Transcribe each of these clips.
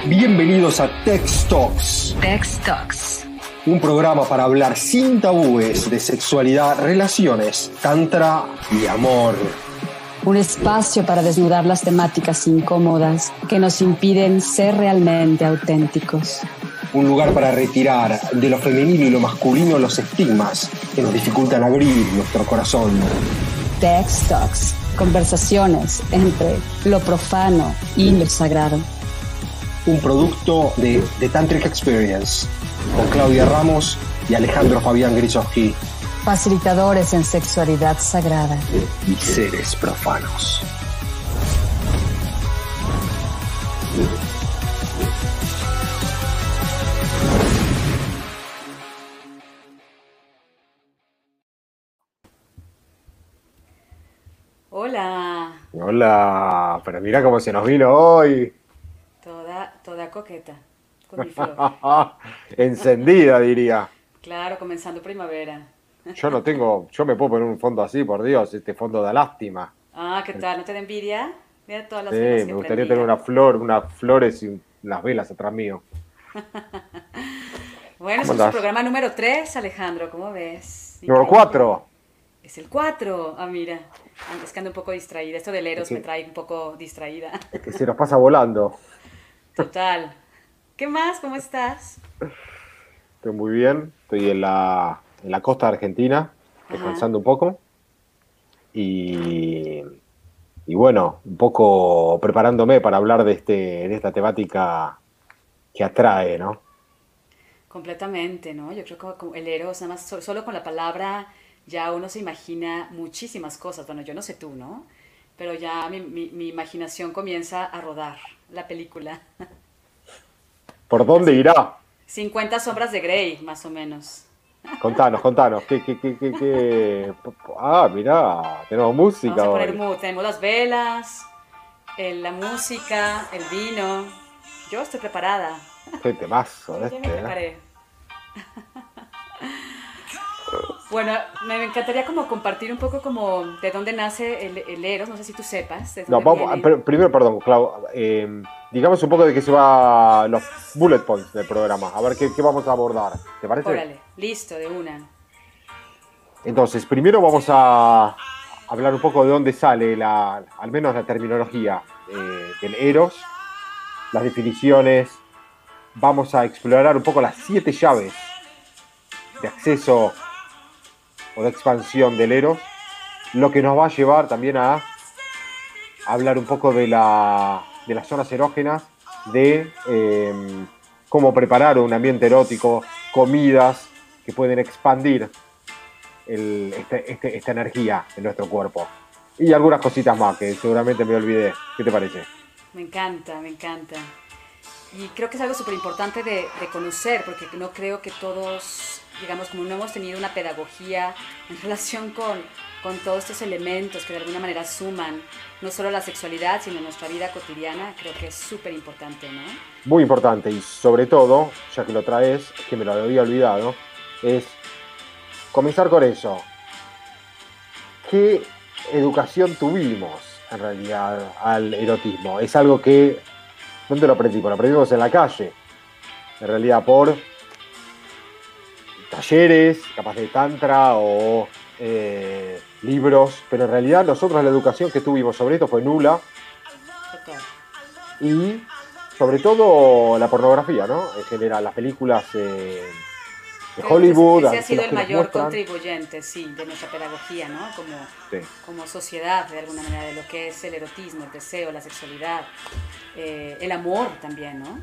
Bienvenidos a Tex Talks. Tex Talks. Un programa para hablar sin tabúes de sexualidad, relaciones, tantra y amor. Un espacio para desnudar las temáticas incómodas que nos impiden ser realmente auténticos. Un lugar para retirar de lo femenino y lo masculino los estigmas que nos dificultan abrir nuestro corazón. Tex Talks. Conversaciones entre lo profano y lo sagrado. Un producto de The Tantric Experience, con Claudia Ramos y Alejandro Fabián Grisowski. Facilitadores en sexualidad sagrada Y seres profanos. Hola, Hola, pero mira cómo se nos vino hoy. toda coqueta, con mi flor. Encendida, diría. Claro, comenzando primavera. Yo me puedo poner un fondo así, por Dios, este fondo da lástima. Ah, ¿qué tal? ¿No te da envidia? Mira todas las Sí, velas que me gustaría prendí. tener unas flores y unas velas atrás mío. Bueno, es ¿Cómo el andás? programa número 3, Alejandro, ¿cómo ves? Número Increíble. 4. Es el 4. Ah, mira, es que ando un poco distraída. Esto del Eros Es que- me trae un poco distraída. Es que se nos pasa volando. Total. ¿Qué más? ¿Cómo estás? Estoy muy bien. Estoy en la costa de Argentina, descansando un poco. Y bueno, un poco preparándome para hablar de esta temática que atrae, ¿no? Completamente, ¿no? Yo creo que como el Eros, nada más solo con la palabra ya uno se imagina muchísimas cosas. Bueno, yo no sé tú, ¿no? Pero ya mi imaginación comienza a rodar la película. ¿Por dónde irá? 50 sombras de Grey, más o menos. Contanos. ¿Qué? Ah, mirá, tenemos Vamos música a poner hoy. mood. Tenemos las velas, la música, el vino. Yo estoy preparada. Qué temazo Ya me preparé. Bueno, me encantaría como compartir un poco como de dónde nace el Eros. No sé si tú sepas de No, dónde vamos, viene. primero, perdón, Clau, digamos un poco de qué se va los bullet points del programa. A ver qué vamos a abordar. ¿Te parece? Órale, listo, de una. Entonces, primero vamos a hablar un poco de dónde sale al menos la terminología del Eros, las definiciones. Vamos a explorar un poco las 7 llaves de acceso o de expansión del Eros, lo que nos va a llevar también a hablar un poco de las zonas erógenas, de cómo preparar un ambiente erótico, comidas que pueden expandir esta energía en nuestro cuerpo. Y algunas cositas más que seguramente me olvidé. ¿Qué te parece? Me encanta, me encanta. Y creo que es algo súper importante de conocer, porque no creo que todos, digamos, como no hemos tenido una pedagogía en relación con todos estos elementos que de alguna manera suman no solo la sexualidad, sino nuestra vida cotidiana, creo que es súper importante, ¿no? Muy importante, y sobre todo, ya que lo traes, que me lo había olvidado, es comenzar con eso. ¿Qué educación tuvimos en realidad al erotismo? Es algo que, ¿dónde lo aprendimos? Lo aprendimos en la calle, en realidad por talleres, capaz de tantra o libros, pero en realidad nosotros la educación que tuvimos sobre esto fue nula, Total. y sobre todo la pornografía, ¿no? En general, las películas de Creo que Hollywood, ese ha sido el que nos mayor muestran. contribuyente, sí, de nuestra pedagogía, ¿no? Sí. Como sociedad, de alguna manera, de lo que es el erotismo, el deseo, la sexualidad, el amor también, ¿no?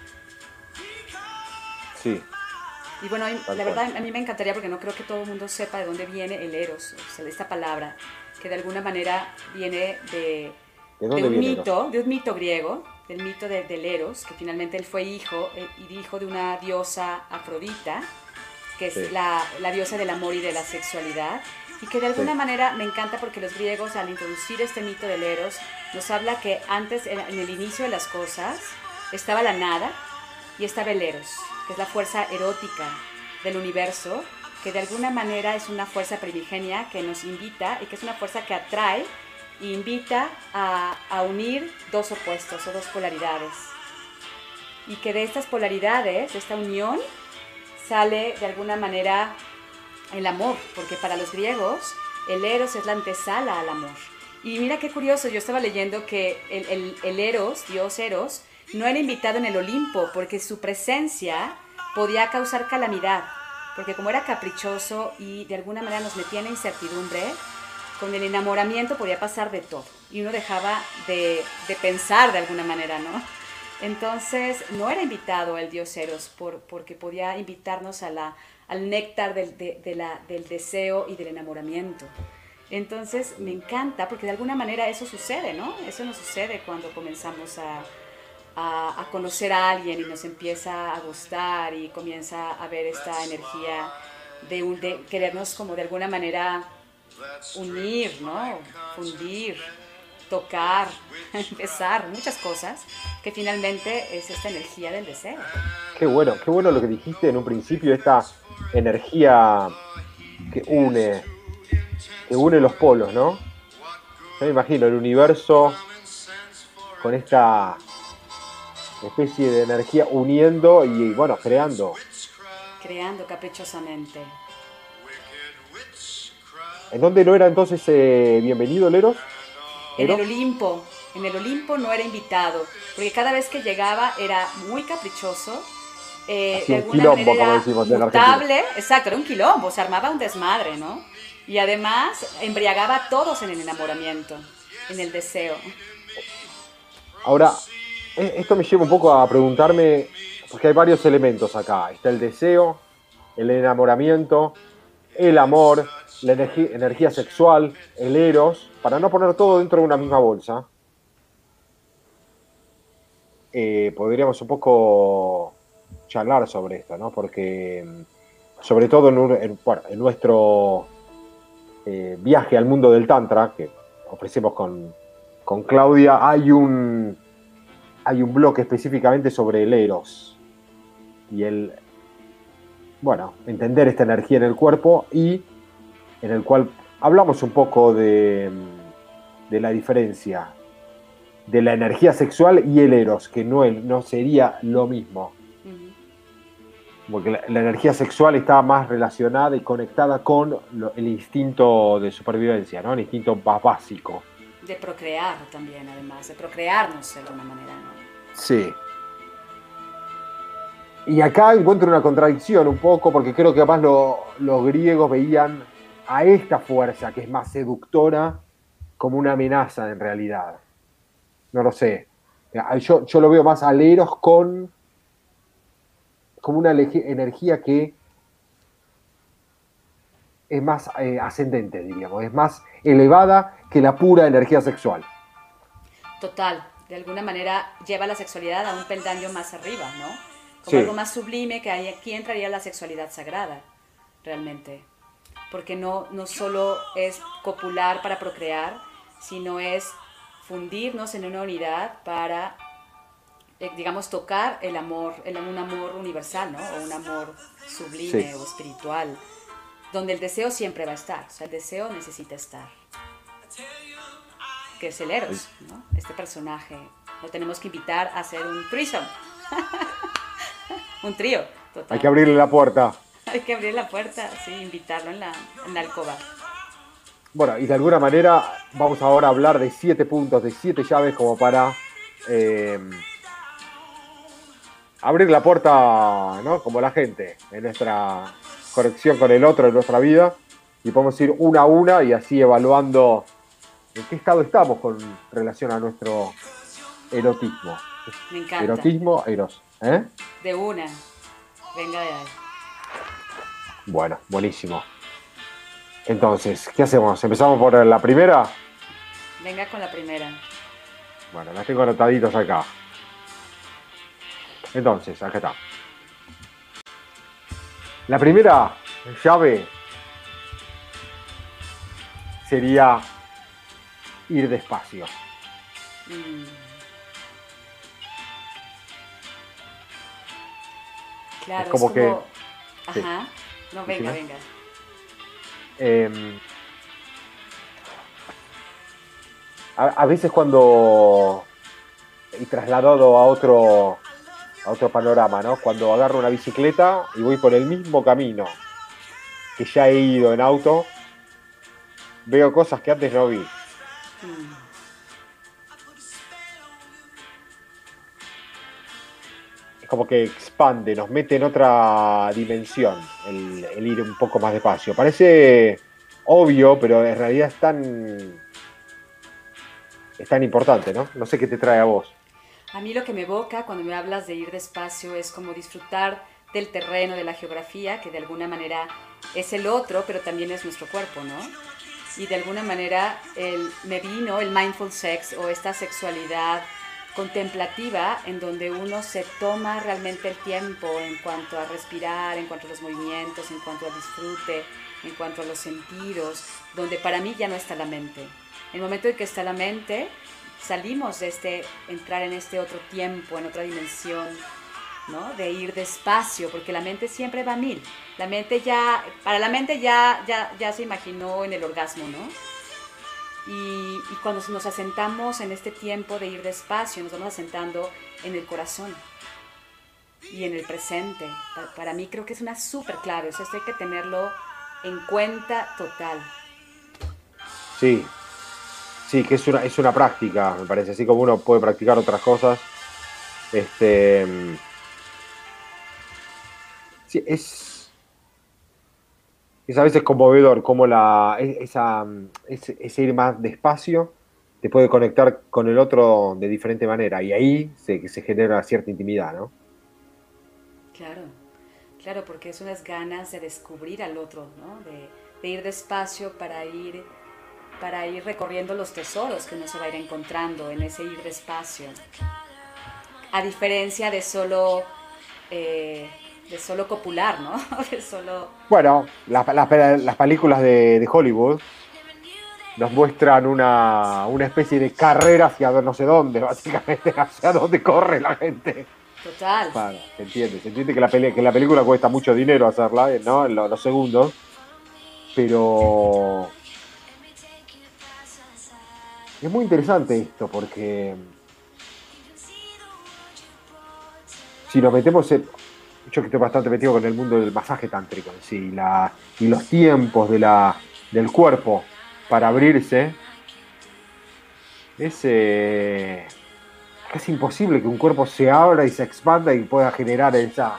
Sí, Y bueno, Tal la cual. verdad a mí me encantaría, porque no creo que todo el mundo sepa de dónde viene el eros, o sea, de esta palabra, que de alguna manera viene ¿de dónde viene Eros? de un mito griego, del mito del Eros, que finalmente él fue hijo de una diosa Afrodita, que es Sí. la diosa del amor y de la sexualidad, y que de alguna Sí. manera me encanta porque los griegos, al introducir este mito del Eros, nos habla que antes, en el inicio de las cosas, estaba la nada y estaba el Eros, que es la fuerza erótica del universo, que de alguna manera es una fuerza primigenia que nos invita, y que es una fuerza que atrae e invita a unir dos opuestos o dos polaridades. y que de estas polaridades, de esta unión, sale de alguna manera el amor, porque para los griegos el Eros es la antesala al amor. Y mira qué curioso, yo estaba leyendo que el Eros, Dios Eros, no era invitado en el Olimpo porque su presencia podía causar calamidad, porque como era caprichoso y de alguna manera nos metía en incertidumbre, con el enamoramiento podía pasar de todo y uno dejaba de pensar de alguna manera, ¿no? Entonces no era invitado el dios Eros porque podía invitarnos al néctar del deseo y del enamoramiento. Entonces me encanta porque de alguna manera eso sucede, ¿no? Eso nos sucede cuando comenzamos a conocer a alguien y nos empieza a gustar y comienza a ver esta energía de querernos como de alguna manera unir, ¿no? Fundir, tocar, besar, muchas cosas, que finalmente es esta energía del deseo. Qué bueno lo que dijiste en un principio, esta energía que une los polos, ¿no? Yo me imagino el universo con esta especie de energía uniendo y, bueno, creando. Creando caprichosamente. ¿En dónde no era entonces bienvenido el Eros? En el Olimpo. En el Olimpo no era invitado, porque cada vez que llegaba era muy caprichoso. De un alguna quilombo, manera como decimos en mutable. Argentina. Exacto, era un quilombo, se armaba un desmadre, ¿no? Y además embriagaba a todos en el enamoramiento, en el deseo. Ahora, esto me lleva un poco a preguntarme, porque hay varios elementos acá. Está el deseo, el enamoramiento, el amor, la energía sexual, el Eros, para no poner todo dentro de una misma bolsa. Podríamos un poco charlar sobre esto, ¿no? Porque, sobre todo en nuestro viaje al mundo del Tantra, que ofrecemos con Claudia, hay un bloque específicamente sobre el Eros y entender esta energía en el cuerpo, y en el cual hablamos un poco de la diferencia de la energía sexual y el Eros, que no sería lo mismo. Porque la energía sexual está más relacionada y conectada con el instinto de supervivencia, ¿no? El instinto más básico. De procrear también, además, de procrearnos de alguna manera, ¿no? Sí. Y acá encuentro una contradicción un poco, porque creo que capaz los griegos veían a esta fuerza, que es más seductora, como una amenaza en realidad. No lo sé. Yo lo veo más al Eros como una energía que es más ascendente, diríamos, es más elevada que la pura energía sexual. Total, de alguna manera lleva la sexualidad a un peldaño más arriba, ¿no? Como Sí. algo más sublime, que aquí entraría la sexualidad sagrada, realmente. Porque no solo es copular para procrear, sino es fundirnos en una unidad para, digamos, tocar el amor, un amor universal, ¿no? O un amor sublime, Sí. o espiritual, donde el deseo siempre va a estar, o sea, el deseo necesita estar, que es el Eros, ¿no? Este personaje, lo tenemos que invitar a hacer un threesome, un trío, total. Hay que abrirle la puerta. Hay que abrir la puerta, sí, invitarlo en la alcoba. Bueno, y de alguna manera vamos ahora a hablar de 7 puntos, de 7 llaves, como para abrir la puerta, ¿no? Como la gente, en nuestra conexión con el otro, en nuestra vida, y podemos ir una a una y así evaluando en qué estado estamos con relación a nuestro erotismo. Me encanta. Erotismo, Eros. De una. Venga de ahí. Bueno, buenísimo. Entonces, ¿qué hacemos? ¿Empezamos por la primera? Venga con la primera. Bueno, las tengo anotaditos acá. Entonces, acá está. La primera llave sería ir despacio. Claro, Es como que- sí. Ajá. No, venga, ¿Sí? venga. A veces cuando, y trasladado a otro a otro panorama, ¿no? Cuando agarro una bicicleta y voy por el mismo camino que ya he ido en auto, veo cosas que antes no vi. Es como que expande, nos mete en otra dimensión el ir un poco más despacio. Parece obvio, pero en realidad es tan importante, ¿no? No sé qué te trae a vos. A mí lo que me evoca cuando me hablas de ir despacio es como disfrutar del terreno, de la geografía, que de alguna manera es el otro, pero también es nuestro cuerpo, ¿no? Y de alguna manera me vino el mindful sex o esta sexualidad contemplativa en donde uno se toma realmente el tiempo en cuanto a respirar, en cuanto a los movimientos, en cuanto al disfrute, en cuanto a los sentidos, donde para mí ya no está la mente. En el momento en que está la mente, salimos de entrar en este otro tiempo, en otra dimensión, ¿no? De ir despacio, porque la mente siempre va a mil. Para la mente ya se imaginó en el orgasmo, ¿no? Y cuando nos asentamos en este tiempo de ir despacio, nos vamos asentando en el corazón y en el presente. Para mí creo que es una súper clave, o sea, esto hay que tenerlo en cuenta total. Sí, sí, que es una práctica, me parece, así como uno puede practicar otras cosas. Sí, es a veces conmovedor cómo ese ir más despacio te puede conectar con el otro de diferente manera y ahí se genera cierta intimidad, ¿no? Claro, claro, porque es unas ganas de descubrir al otro, ¿no? De ir despacio para ir recorriendo los tesoros que uno se va a ir encontrando en ese ir despacio. A diferencia de solo copular, ¿no? De solo... Bueno, las películas de Hollywood nos muestran una especie de carrera hacia no sé dónde, básicamente, hacia dónde corre la gente. Total. Bueno, se entiende que la película cuesta mucho dinero hacerla, ¿no? En los segundos, pero es muy interesante esto, porque si nos metemos yo que estoy bastante metido con el mundo del masaje tántrico en sí, y los tiempos del cuerpo para abrirse, es casi imposible que un cuerpo se abra y se expanda y pueda generar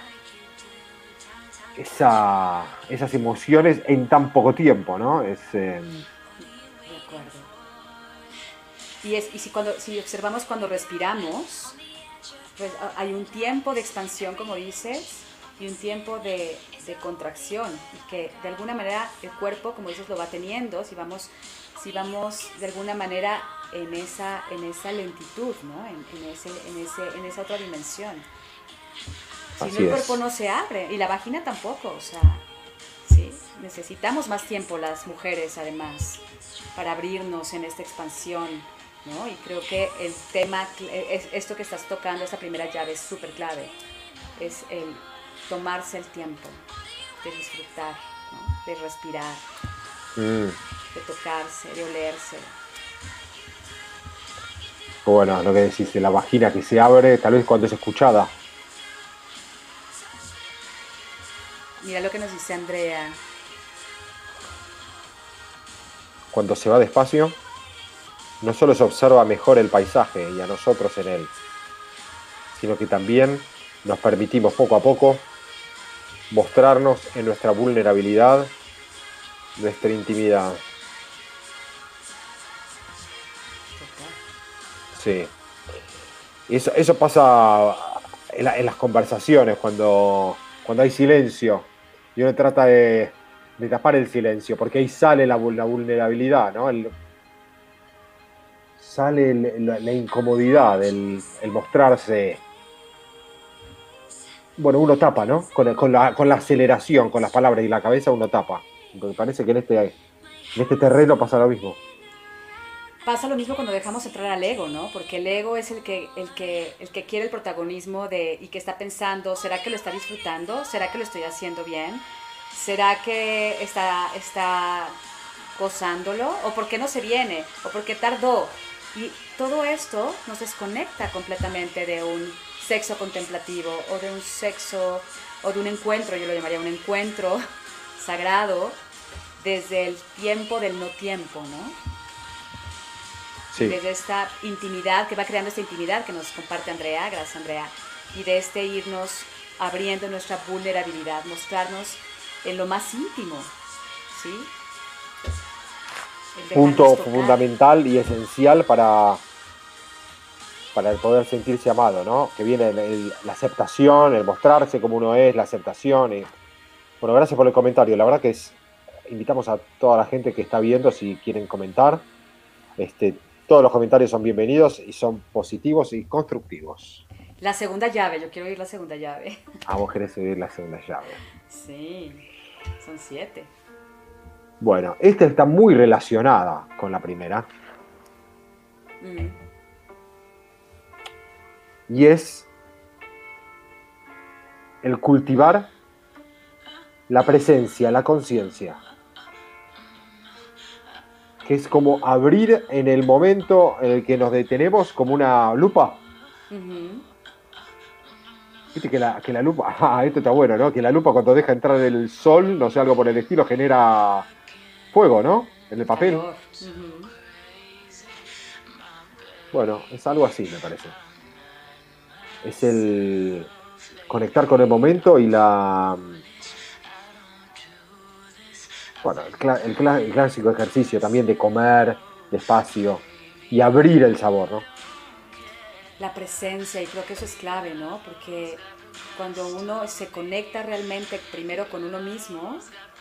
esas emociones en tan poco tiempo, ¿no? De acuerdo. Y si observamos cuando respiramos, pues hay un tiempo de expansión, como dices, y un tiempo de contracción, y que de alguna manera el cuerpo, como dices, lo va teniendo si vamos de alguna manera en esa lentitud, ¿no? en esa otra dimensión. Si no, el cuerpo no se abre, y la vagina tampoco, o sea, sí, necesitamos más tiempo las mujeres, además, para abrirnos en esta expansión, ¿no? Y creo que el tema, esto que estás tocando, esta primera llave es súper clave, es el tomarse el tiempo de disfrutar, ¿no? De respirar, de tocarse, de olerse. Bueno, lo que decís, de la vagina que se abre, tal vez cuando es escuchada. Mira lo que nos dice Andrea. Cuando se va despacio, no solo se observa mejor el paisaje y a nosotros en él, sino que también nos permitimos poco a poco mostrarnos en nuestra vulnerabilidad, nuestra intimidad. Sí. Eso pasa en las conversaciones, cuando hay silencio y uno trata de tapar el silencio, porque ahí sale la vulnerabilidad, ¿no? Sale la incomodidad, el mostrarse. Bueno, uno tapa, ¿no? Con la aceleración, con las palabras y la cabeza uno tapa. Me parece que en este terreno pasa lo mismo. Pasa lo mismo cuando dejamos entrar al ego, ¿no? Porque el ego es el que quiere el protagonismo y que está pensando, ¿será que lo está disfrutando? ¿Será que lo estoy haciendo bien? ¿Será que está gozándolo? ¿O por qué no se viene? ¿O por qué tardó? Y todo esto nos desconecta completamente de un sexo contemplativo o de un sexo o de un encuentro, yo lo llamaría un encuentro sagrado desde el tiempo del no tiempo, ¿no? Sí. Desde esta intimidad, que va creando esta intimidad que nos comparte Andrea, gracias Andrea, y de este irnos abriendo nuestra vulnerabilidad, mostrarnos en lo más íntimo, ¿sí? Punto fundamental y esencial para el poder sentirse amado, ¿no? Que viene la aceptación, el mostrarse como uno es, la aceptación. Bueno, gracias por el comentario. La verdad que invitamos a toda la gente que está viendo si quieren comentar. Todos los comentarios son bienvenidos y son positivos y constructivos. La segunda llave, yo quiero oír la segunda llave. Ah, vos querés oír la segunda llave. Sí, son 7. Bueno, esta está muy relacionada con la primera. Y es el cultivar la presencia, la conciencia. Que es como abrir en el momento en el que nos detenemos como una lupa. Viste que la lupa, esto está bueno, ¿no? Que la lupa cuando deja entrar el sol, no sé, algo por el estilo, genera fuego, ¿no? En el papel. Bueno, es algo así, me parece. Es el conectar con el momento y la... Bueno, el clásico ejercicio también de comer despacio y abrir el sabor, ¿no? La presencia, y creo que eso es clave, ¿no? Porque cuando uno se conecta realmente primero con uno mismo,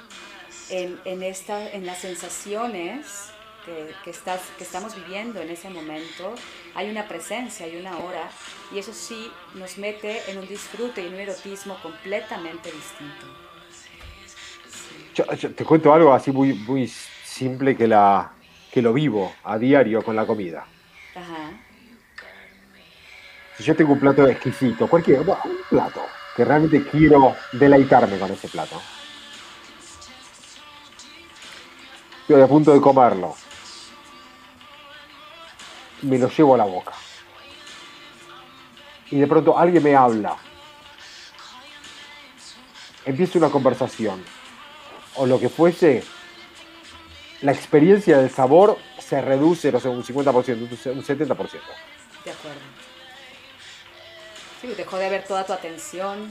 en las sensaciones que estamos viviendo en ese momento, hay una presencia, hay una hora, y eso sí nos mete en un disfrute y en un erotismo completamente distinto. Yo te cuento algo así muy, muy simple que lo vivo a diario con la comida. Ajá. Si yo tengo un plato exquisito, un plato, que realmente quiero deleitarme con ese plato. Estoy a punto de comerlo. Me lo llevo a la boca. Y de pronto alguien me habla. Empieza una conversación. O lo que fuese, la experiencia del sabor se reduce, no sé, un 50%, un 70%. De acuerdo. Sí, dejó de haber toda tu atención,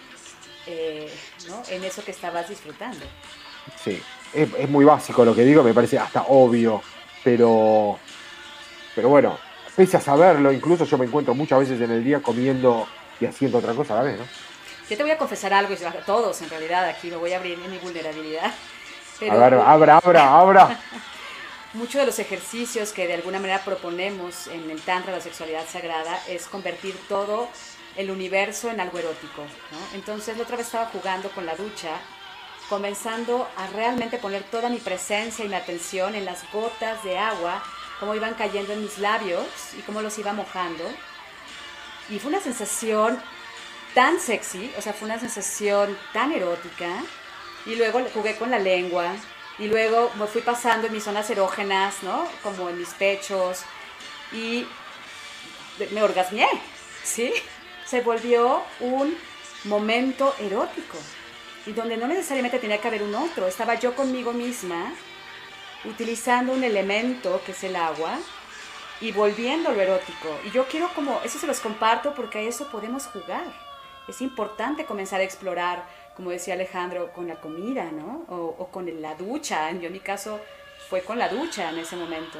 ¿no? En eso que estabas disfrutando. Sí, es muy básico lo que digo, me parece hasta obvio, pero bueno, pese a saberlo, incluso yo me encuentro muchas veces en el día comiendo y haciendo otra cosa a la vez, ¿no? Yo te voy a confesar algo, y a todos en realidad aquí me voy a abrir en mi vulnerabilidad. Pero, a ver, abra. Muchos de los ejercicios que de alguna manera proponemos en el Tantra, la sexualidad sagrada, es convertir todo el universo en algo erótico, ¿no? Entonces la otra vez estaba jugando con la ducha, comenzando a realmente poner toda mi presencia y mi atención en las gotas de agua, cómo iban cayendo en mis labios y cómo los iba mojando. Y fue una sensación tan sexy, o sea, fue una sensación tan erótica. Y luego jugué con la lengua, y luego me fui pasando en mis zonas erógenas, ¿no? Como en mis pechos, y me orgasmeé, ¿sí? Se volvió un momento erótico, y donde no necesariamente tenía que haber un otro, estaba yo conmigo misma, utilizando un elemento que es el agua, y volviéndolo erótico. Y yo quiero eso se los comparto porque a eso podemos jugar. Es importante comenzar a explorar, como decía Alejandro, con la comida, ¿no? O con la ducha. Yo en mi caso fue con la ducha en ese momento.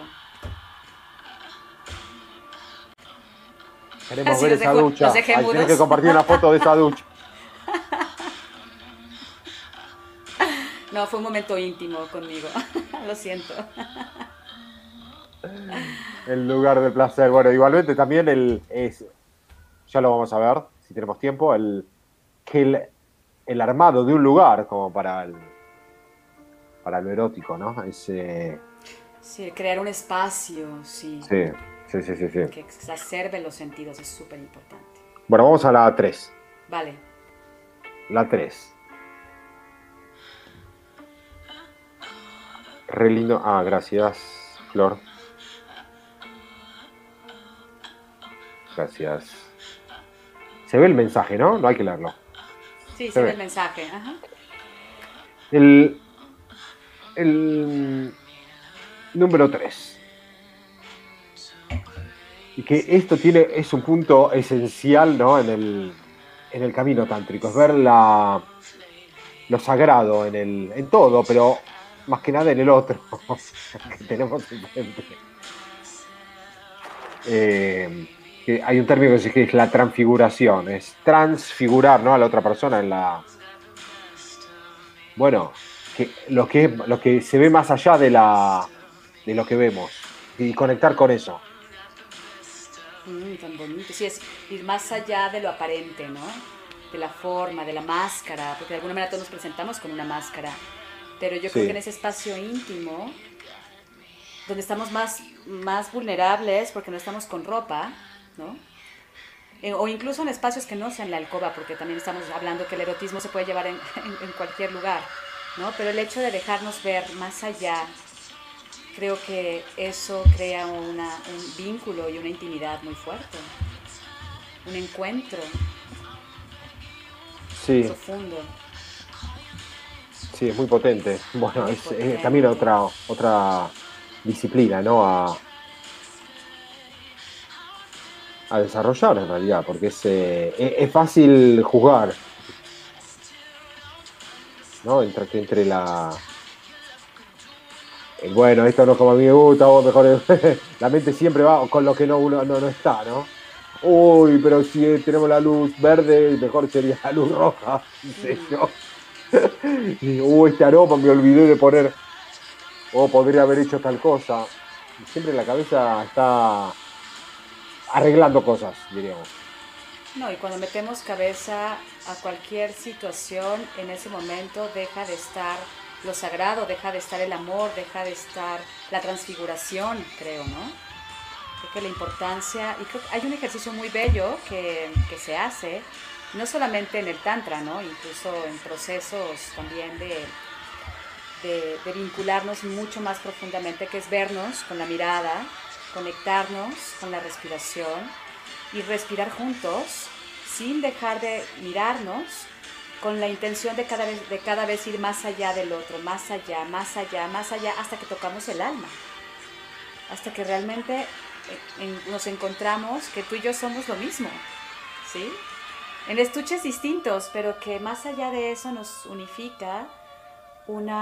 Queremos ver esa ducha. Tienes que compartir una foto de esa ducha. No, fue un momento íntimo conmigo. Lo siento. El lugar de placer. Bueno, igualmente también ya lo vamos a ver, si tenemos tiempo, el armado de un lugar como para lo erótico, ¿no? Sí, crear un espacio, sí. Sí. Que exacerbe los sentidos, es súper importante. Bueno, vamos a la 3. Vale. La 3. Re lindo. Ah, gracias, Flor. Gracias. Se ve el mensaje, ¿no? No hay que leerlo. Sí, se ve el mensaje. Ajá. El número 3. Y que esto es un punto esencial, ¿no? en el camino tántrico. Es ver lo sagrado en todo, pero más que nada en el otro que tenemos enfrente. Que hay un término que se dice que es la transfiguración, es transfigurar, ¿no? A la otra persona en la... Bueno, lo que se ve más allá de lo que vemos y conectar con eso. Tan bonito. Sí, es ir más allá de lo aparente, ¿no? De la forma, de la máscara, porque de alguna manera todos nos presentamos con una máscara. Pero yo creo que en ese espacio íntimo, donde estamos más vulnerables porque no estamos con ropa, ¿no? O incluso en espacios que no sean la alcoba, porque también estamos hablando que el erotismo se puede llevar en cualquier lugar, ¿no? Pero el hecho de dejarnos ver más allá, creo que eso crea un vínculo y una intimidad muy fuerte, un encuentro profundo. Sí, es muy potente. Bueno, muy es potente. También otra disciplina, ¿no? A desarrollar en realidad, porque es fácil juzgar, ¿no? Entre bueno, esto no es como a mí me gusta, vos mejor... La mente siempre va con lo que uno no está, ¿no? Uy, pero si tenemos la luz verde, mejor sería la luz roja, no sé yo. Este aroma me olvidé de poner, podría haber hecho tal cosa. Siempre la cabeza está arreglando cosas, diríamos. No, y cuando metemos cabeza a cualquier situación, en ese momento deja de estar lo sagrado, deja de estar el amor, deja de estar la transfiguración, creo, ¿no? Creo que la importancia, y creo que hay un ejercicio muy bello que se hace, no solamente en el tantra, ¿no? Incluso en procesos también de vincularnos mucho más profundamente, que es vernos con la mirada, conectarnos con la respiración y respirar juntos sin dejar de mirarnos, con la intención de cada vez ir más allá del otro, más allá, más allá, más allá, hasta que tocamos el alma, hasta que realmente nos encontramos que tú y yo somos lo mismo, ¿sí? En estuches distintos, pero que más allá de eso nos unifica un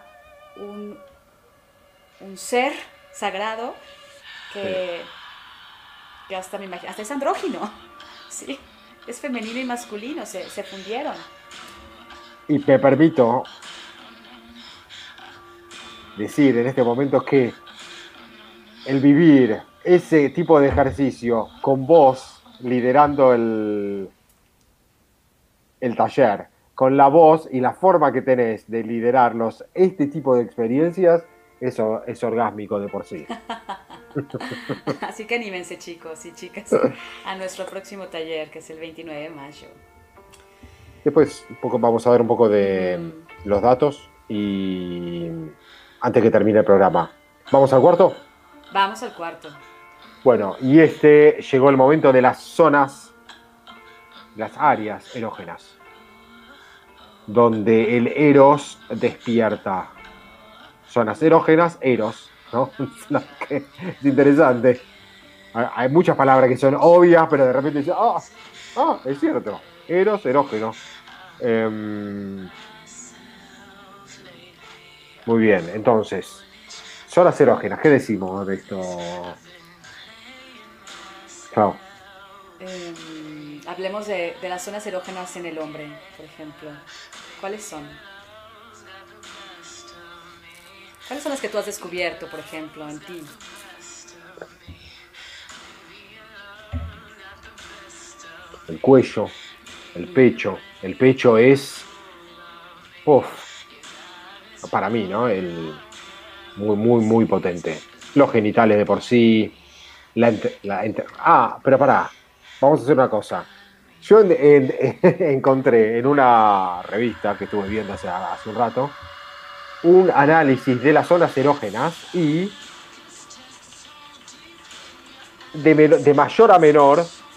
ser sagrado que hasta me imagino, hasta es andrógino, ¿sí? Es femenino y masculino, se fundieron. Y me permito decir en este momento que el vivir ese tipo de ejercicio con vos liderando el taller, con la voz y la forma que tenés de liderarlos, este tipo de experiencias, eso es orgásmico de por sí. Así que anímense, chicos y chicas, a nuestro próximo taller, que es el 29 de mayo. Después vamos a ver un poco de los datos y antes que termine el programa. ¿Vamos al cuarto? Vamos al cuarto. Bueno, y llegó el momento de las zonas, las áreas erógenas, donde el eros despierta. Zonas erógenas, eros, ¿no? Es interesante. Hay muchas palabras que son obvias, pero de repente dicen, es cierto. Eros, erógeno. Muy bien, entonces, zonas erógenas, ¿qué decimos de esto? Chao. Hablemos de las zonas erógenas en el hombre, por ejemplo. ¿Cuáles son? ¿Cuáles son las que tú has descubierto, por ejemplo, en ti? El cuello, el pecho. El pecho es, para mí, ¿no? Muy, muy, muy potente. Los genitales de por sí. Pero pará. Vamos a hacer una cosa. Yo encontré en una revista que estuve viendo hace un rato un análisis de las zonas erógenas y de mayor a menor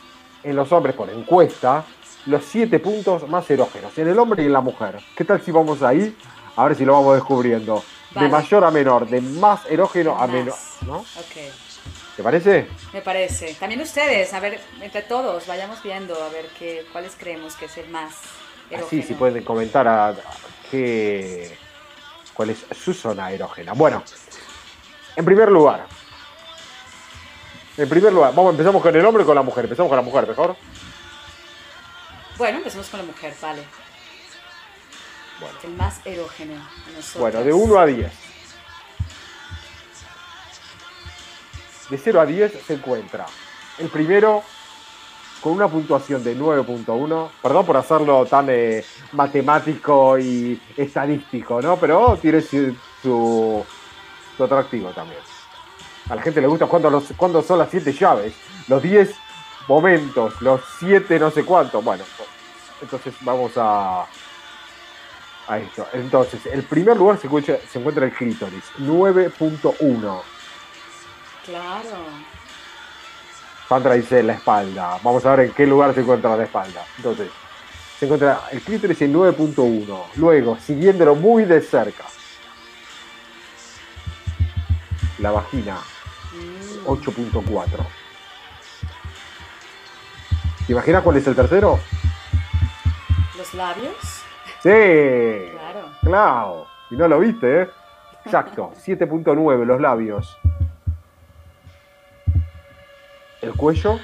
en los hombres por encuesta los 7 puntos más erógenos, en el hombre y en la mujer. ¿Qué tal si vamos ahí? A ver si lo vamos descubriendo. Vale. De mayor a menor, de más erógeno a Más. menor, ¿no? Ok, ¿Te parece? me parece. También ustedes, a ver, entre todos, vayamos viendo a ver cuáles creemos que es el más erógeno. Así, si pueden comentar cuál es su zona erógena. Bueno, en primer lugar, empezamos con el hombre o con la mujer. Empezamos con la mujer, mejor. Bueno, empecemos con la mujer, vale. Bueno, El más erógeno de nosotros. bueno, de 1 a 10. De 0 a 10 se encuentra el primero con una puntuación de 9.1. Perdón por hacerlo tan matemático y estadístico, ¿no? Pero tiene su atractivo también. A la gente le gusta cuando son las 7 llaves, los 10 momentos, los 7 no sé cuántos. Bueno, entonces vamos a esto. Entonces, el primer lugar se encuentra el clítoris, 9.1. Claro. Sandra dice la espalda. Vamos a ver en qué lugar se encuentra la espalda. Entonces, se encuentra el clítoris en 9.1. Luego, siguiéndolo muy de cerca, la vagina, 8.4. ¿Te imaginas cuál es el tercero? ¿Los labios? Sí. Claro. Claro. Y no lo viste, ¿eh? Exacto. 7.9 los labios. El cuello,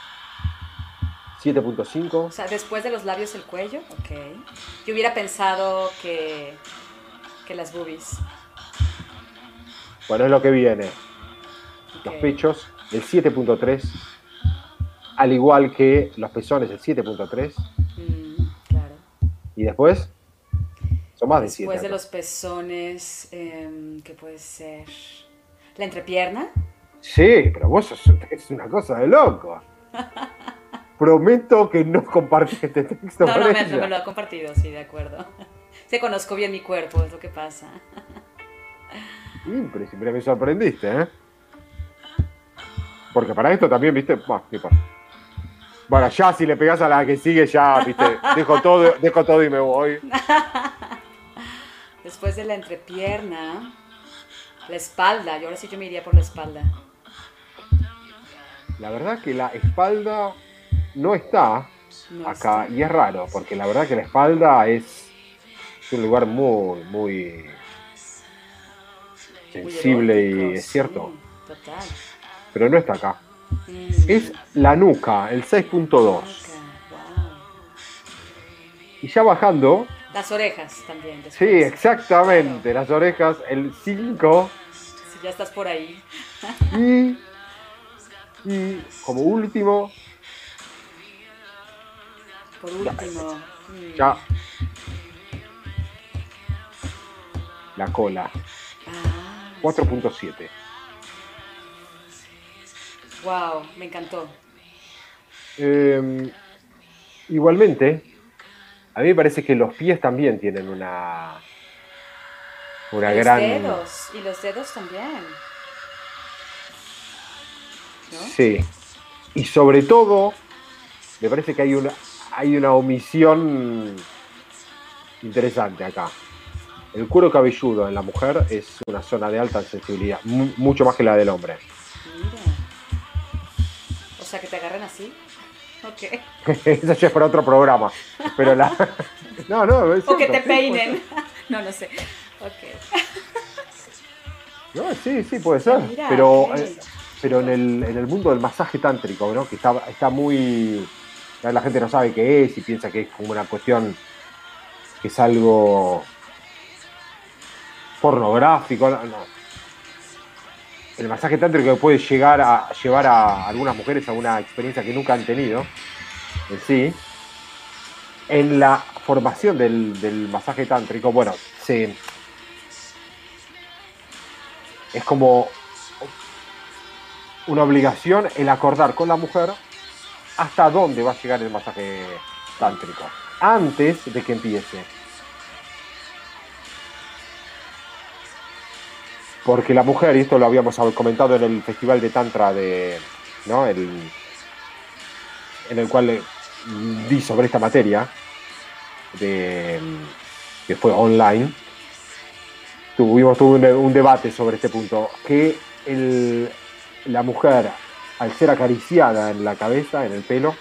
7.5. O sea, después de los labios el cuello, ok. Yo hubiera pensado que las boobies. Bueno, es lo que viene. Ok. Los pechos, el 7.3. Al igual que los pezones, el 7.3. Claro. Y después, son más de 7. Después de los pezones, ¿qué puede ser? ¿La entrepierna? Sí, pero es una cosa de loco. Prometo que no compartí este texto No, con no, ella. me lo ha compartido, sí, de acuerdo. Sí, conozco bien mi cuerpo, es lo que pasa. Pero siempre me sorprendiste, ¿eh? Porque para esto también, ¿viste? Bueno, ya si le pegás a la que sigue, ya, ¿viste? Dejo todo y me voy. Después de la entrepierna, la espalda. Y ahora sí yo me iría por la espalda. La verdad que la espalda no está No acá, está. y es raro, porque la verdad que la espalda es un lugar muy, muy Muy sensible y erótico, es cierto, sí, total. pero no está acá. Es la nuca, el 6.2. Wow. Y ya bajando, Las orejas también. Después. sí, exactamente, las orejas, el 5. Si ya estás por ahí. Y como último, Por último. ya la cola, 4.7. Wow, me encantó. Igualmente, a mí me parece que los pies también tienen una gran... Dedos. Y los dedos también. ¿No? Sí. Y sobre todo, me parece que hay una omisión interesante acá. El cuero cabelludo en la mujer es una zona de alta sensibilidad, mucho más que la del hombre. Mira. O sea, que te agarren así. Ok. Eso ya es para otro programa. Pero la... No, es O que cierto, te sí, peinen. No sé. Ok. No, sí, puede ser. Mira, Pero, ok. pero en el mundo del masaje tántrico, ¿no? Que está muy... La gente no sabe qué es y piensa que es como una cuestión que es algo pornográfico. No. El masaje tántrico puede llegar a llevar a algunas mujeres a una experiencia que nunca han tenido en sí. En la formación del masaje tántrico, bueno, es como una obligación el acordar con la mujer hasta dónde va a llegar el masaje tántrico antes de que empiece. Porque la mujer, y esto lo habíamos comentado en el festival de Tantra ¿no? en el cual di sobre esta materia, que fue online, tuve un debate sobre este punto, que la mujer, al ser acariciada en la cabeza, en el pelo,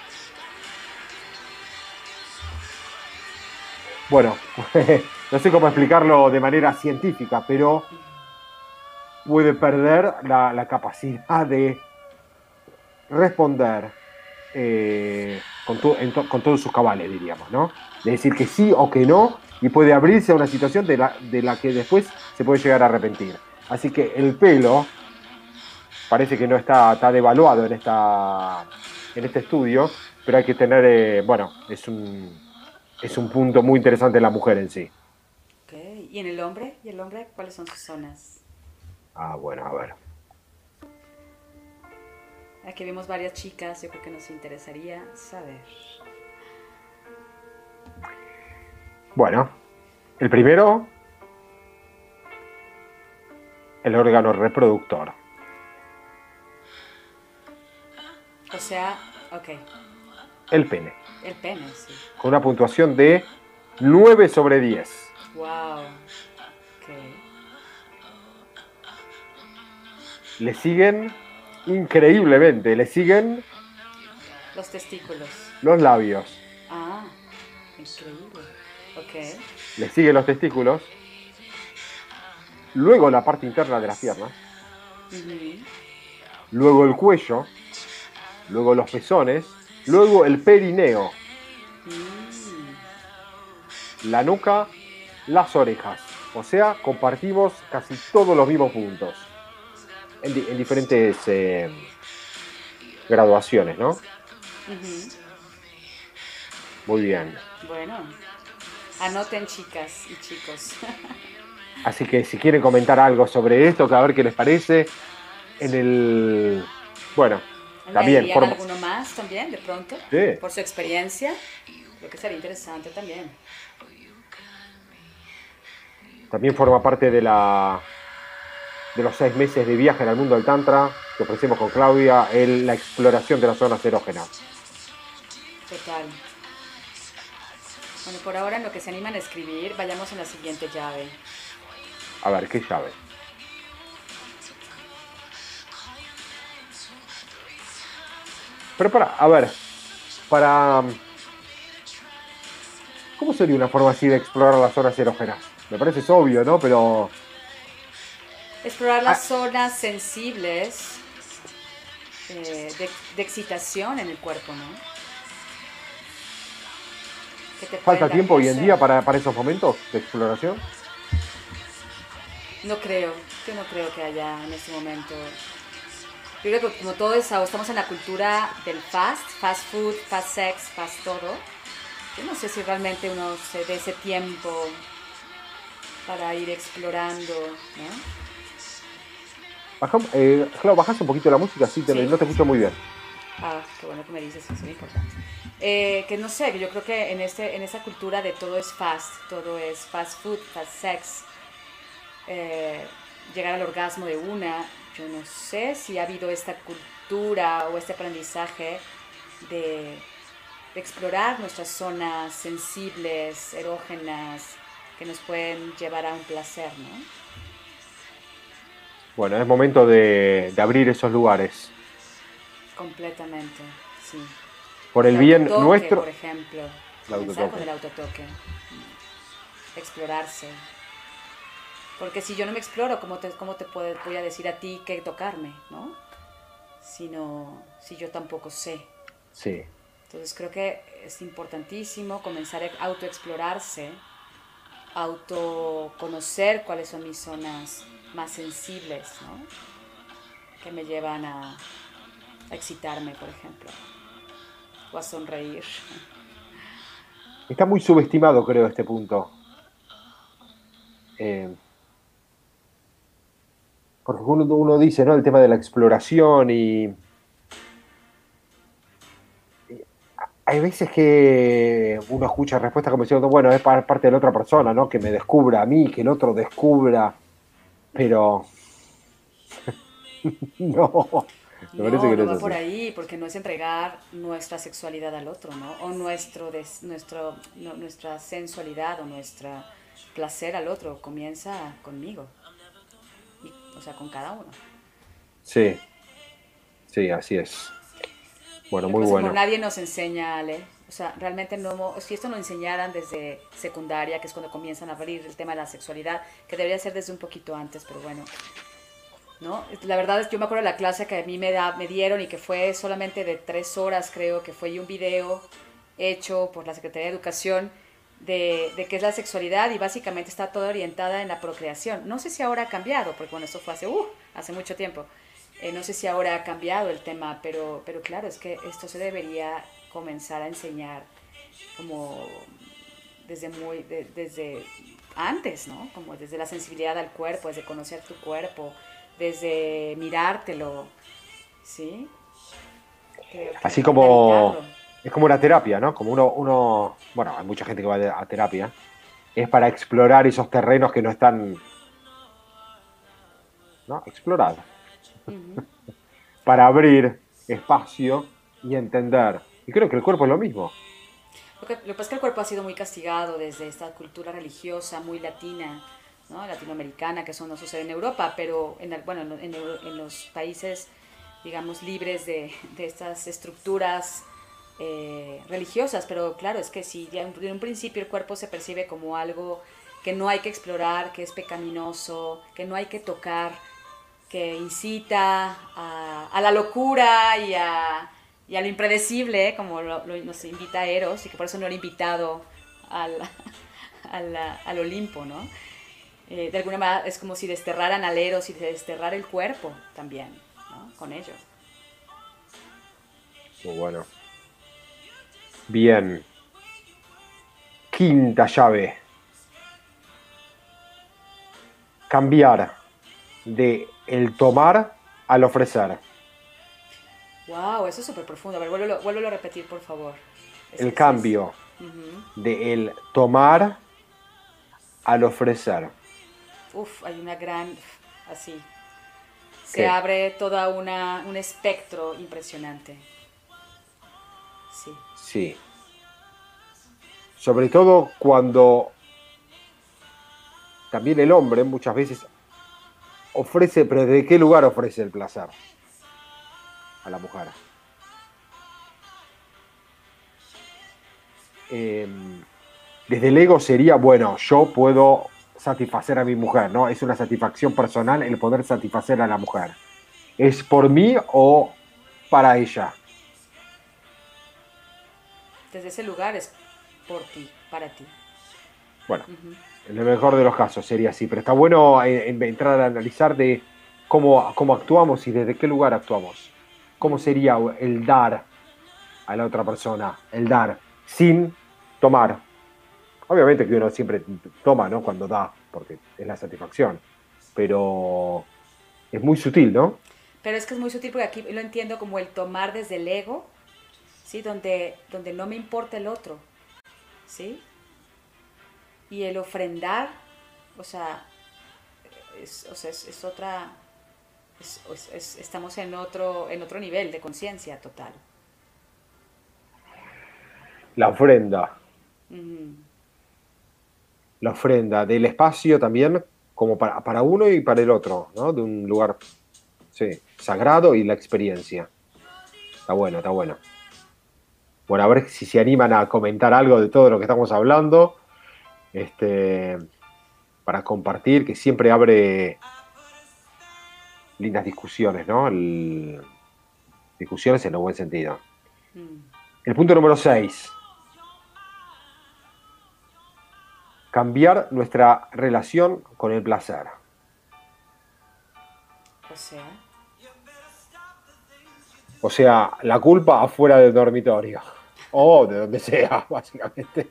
bueno, no sé cómo explicarlo de manera científica, pero puede perder la capacidad de responder con todos sus cabales, diríamos, ¿no? De decir que sí o que no, y puede abrirse a una situación de la que después se puede llegar a arrepentir. Así que el pelo parece que no está devaluado en este estudio, pero hay que tener, bueno, es un punto muy interesante en la mujer en sí. Ok, ¿y en el hombre? ¿Y el hombre cuáles son sus zonas? Bueno, a ver. Aquí vemos varias chicas, yo creo que nos interesaría saber. Bueno, el primero, el órgano reproductor. O sea, ok. El pene. El pene, sí. Con una puntuación de 9 sobre 10. Wow. Ok. Le siguen, increíblemente, le siguen Los testículos. los labios. Ah, increíble. Ok. Le siguen los testículos. Luego la parte interna de las piernas. Uh-huh. Luego el cuello. Luego los pezones. Luego el perineo. La nuca. Las orejas. O sea, compartimos casi todos los mismos puntos. En diferentes graduaciones, ¿no? Uh-huh. Muy bien. Bueno, anoten chicas y chicos. Así que si quieren comentar algo sobre esto, que a ver qué les parece. Bueno, también ¿Añadirían alguno más también, de pronto? Sí. Por su experiencia. Creo que sería interesante también. También forma parte de los 6 meses de viaje en el mundo del Tantra que ofrecemos con Claudia, la exploración de las zonas erógenas. Total. Bueno, por ahora en lo que se animan a escribir, vayamos en la siguiente llave. A ver, ¿qué llave? Pero ¿cómo sería una forma así de explorar las zonas erógenas? Me parece obvio, ¿no? Pero... Explorar las zonas sensibles de excitación en el cuerpo, ¿no? Que te ¿Falta pueden dar tiempo hoy en placer. día para esos momentos de exploración? No creo, yo no creo que haya en este momento. Yo creo que como todo eso, estamos en la cultura del fast food, fast sex, fast todo. Yo no sé si realmente uno se dé ese tiempo para ir explorando, ¿no? Claro, bajás un poquito la música, sí, Sí. No te escucho muy bien. Ah, qué bueno que me dices, eso es muy importante. Que no sé, que yo creo que en esa cultura de todo es fast food, fast sex, llegar al orgasmo de una, yo no sé si ha habido esta cultura o este aprendizaje de explorar nuestras zonas sensibles, erógenas, que nos pueden llevar a un placer, ¿no? Bueno, es momento de abrir esos lugares. Completamente, sí. Por el bien autotoque, nuestro. por ejemplo. El Comenzar autotoque. con el autotoque. Explorarse. Porque si yo no me exploro, ¿cómo te voy a decir a ti qué tocarme, ¿no? Si yo tampoco sé. Sí. Entonces creo que es importantísimo comenzar a autoexplorarse, autoconocer cuáles son mis zonas más sensibles, ¿no? Que me llevan a excitarme, por ejemplo, o a sonreír. Está muy subestimado, creo, este punto. Porque uno dice, ¿no? El tema de la exploración y hay veces que uno escucha respuestas como diciendo, bueno, es parte de la otra persona, ¿no? Que me descubra a mí, que el otro descubra. Pero no. Me parece No, que no no va es por así. ahí, porque no es entregar nuestra sexualidad al otro, ¿no? O nuestra sensualidad o nuestro placer al otro. Comienza conmigo, o sea, con cada uno. Sí, sí, así es. Bueno, Lo que muy pasa es que como bueno. nadie nos enseña, Ale, o sea, realmente no, si esto lo enseñaran desde secundaria, que es cuando comienzan a abrir el tema de la sexualidad, que debería ser desde un poquito antes, pero bueno, ¿no? La verdad es que yo me acuerdo de la clase que a mí me dieron y que fue solamente de 3 horas, creo, que fue un video hecho por la Secretaría de Educación de qué es la sexualidad y básicamente está toda orientada en la procreación. No sé si ahora ha cambiado, porque bueno, esto fue hace mucho tiempo. No sé si ahora ha cambiado el tema, pero claro, es que esto se debería comenzar a enseñar como desde antes, ¿no? Como desde la sensibilidad al cuerpo, desde conocer tu cuerpo, desde mirártelo, ¿sí? Creo que Así de habitarlo. como es como una terapia, ¿no? Como bueno, hay mucha gente que va a terapia, es para explorar esos terrenos que no están, ¿no? Explorar, Ujú. para abrir espacio y entender. Y creo que el cuerpo es lo mismo. Lo que pasa es que el cuerpo ha sido muy castigado desde esta cultura religiosa muy latina, ¿no? Latinoamericana, que eso no sucede en Europa, pero bueno, en los países, digamos, libres de estas estructuras religiosas. Pero claro, es que si ya en un principio el cuerpo se percibe como algo que no hay que explorar, que es pecaminoso, que no hay que tocar, que incita a la locura y a lo impredecible, como nos invita Eros, y que por eso no era invitado al, al Olimpo, ¿no? De alguna manera es como si desterraran al Eros y desterrar el cuerpo también, ¿no? Con ello. Muy bueno. Bien. Quinta llave. Cambiar de el tomar al ofrecer. Wow, eso es súper profundo. A ver, vuélvelo a repetir, por favor. El Es cambio uh-huh. de el tomar al ofrecer. Uf, hay una gran, así, se ¿Qué? abre toda un espectro impresionante. Sí. Sí. Sobre todo cuando también el hombre muchas veces ofrece, pero ¿de qué lugar ofrece el placer a la mujer? Eh, Desde el ego sería, bueno, yo puedo satisfacer a mi mujer, ¿no? Es una satisfacción personal el poder satisfacer a la mujer. ¿Es por mí o para ella? Desde ese lugar es por ti, para ti. Bueno, Uh-huh. en el mejor de los casos sería así, pero está bueno entrar a analizar de cómo actuamos y desde qué lugar actuamos. ¿Cómo Uh-huh. sería el dar a la otra persona? El dar sin tomar. Obviamente que uno siempre toma, ¿no? Cuando da, porque es la satisfacción. Pero es muy sutil, ¿no? Pero es que es muy sutil porque aquí lo entiendo como el tomar desde el ego, ¿sí? Donde no me importa el otro, ¿sí? Y el ofrendar, o sea, es otra, estamos en otro nivel de conciencia total. La ofrenda. Uh-huh. La ofrenda del espacio también, como para uno y para el otro, ¿no? De un lugar, sí, sagrado y la experiencia. Está bueno, está bueno. Bueno, a ver si se animan a comentar algo de todo lo que estamos hablando, este, para compartir, que siempre abre lindas discusiones, ¿no? Discusiones en el buen sentido. Mm. El punto número 6. Cambiar nuestra relación con el placer. O sea, O sea, la culpa afuera del dormitorio. O de donde sea, básicamente.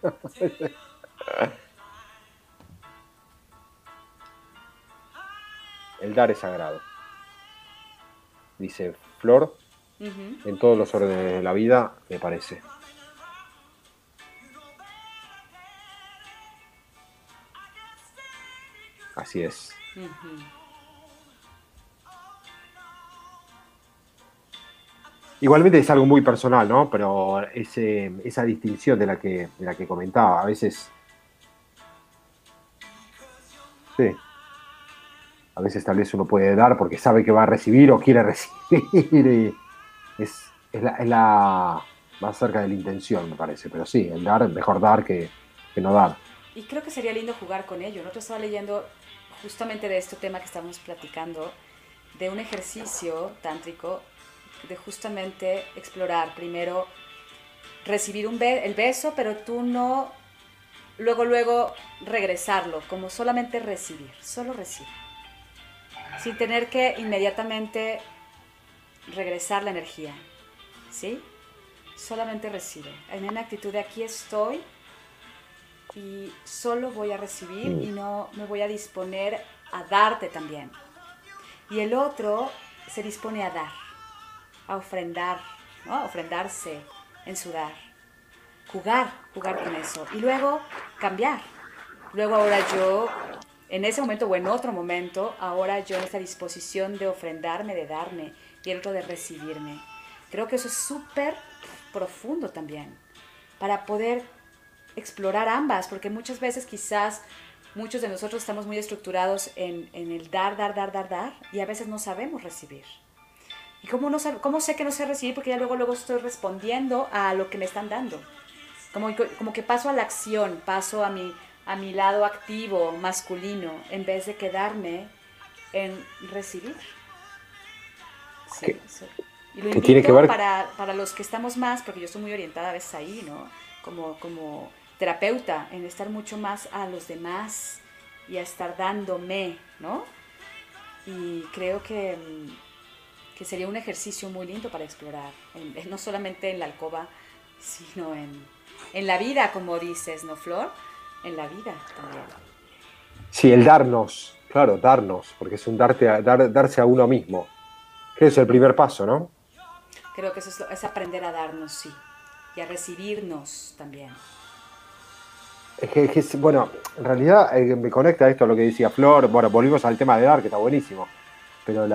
El dar es sagrado, dice Flor, uh-huh. en todos los órdenes de la vida, me parece. Así es. Uh-huh. Igualmente es algo muy personal, ¿no? Pero esa distinción de la que comentaba, a veces, sí, a veces tal vez uno puede dar porque sabe que va a recibir o quiere recibir. Es la más cerca de la intención, me parece. Pero sí, el dar, mejor dar que no dar. Y creo que sería lindo jugar con ello. Nosotros estaba leyendo justamente de este tema que estamos platicando, de un ejercicio tántrico, de justamente explorar primero recibir el beso, pero tú no luego regresarlo, como solamente recibir, solo recibir, sin tener que inmediatamente regresar la energía, ¿sí? Solamente recibe, en una actitud de aquí estoy y solo voy a recibir y no me voy a disponer a darte también. Y el otro se dispone a dar, a ofrendar, ¿no? A ofrendarse en su dar. Jugar con eso. Y luego cambiar. Luego ahora yo, en ese momento o en otro momento, ahora yo en esta disposición de ofrendarme, de darme, y el otro de recibirme. Creo que eso es súper profundo también, para poder explorar ambas, porque muchas veces quizás muchos de nosotros estamos muy estructurados en el dar, y a veces no sabemos recibir. ¿Y cómo sé que no sé recibir? Porque ya luego estoy respondiendo a lo que me están dando. Como que paso a la acción, paso a mi lado activo, masculino, en vez de quedarme en recibir. Sí, eso. Y lo Que tiene que invito ver. para los que estamos más, porque yo estoy muy orientada a veces ahí, ¿no? Como terapeuta, en estar mucho más a los demás y a estar dándome, ¿no? Y creo que sería un ejercicio muy lindo para explorar, no solamente en la alcoba, sino en la vida, como dices, ¿no, Flor? En la vida también. Sí, el darnos, claro, darnos, porque es un darse a uno mismo. Que es el primer paso, ¿no? Creo que eso es aprender a darnos, sí, y a recibirnos también. Bueno, en realidad me conecta esto a lo que decía Flor. Bueno, volvimos al tema de dar, que está buenísimo. Pero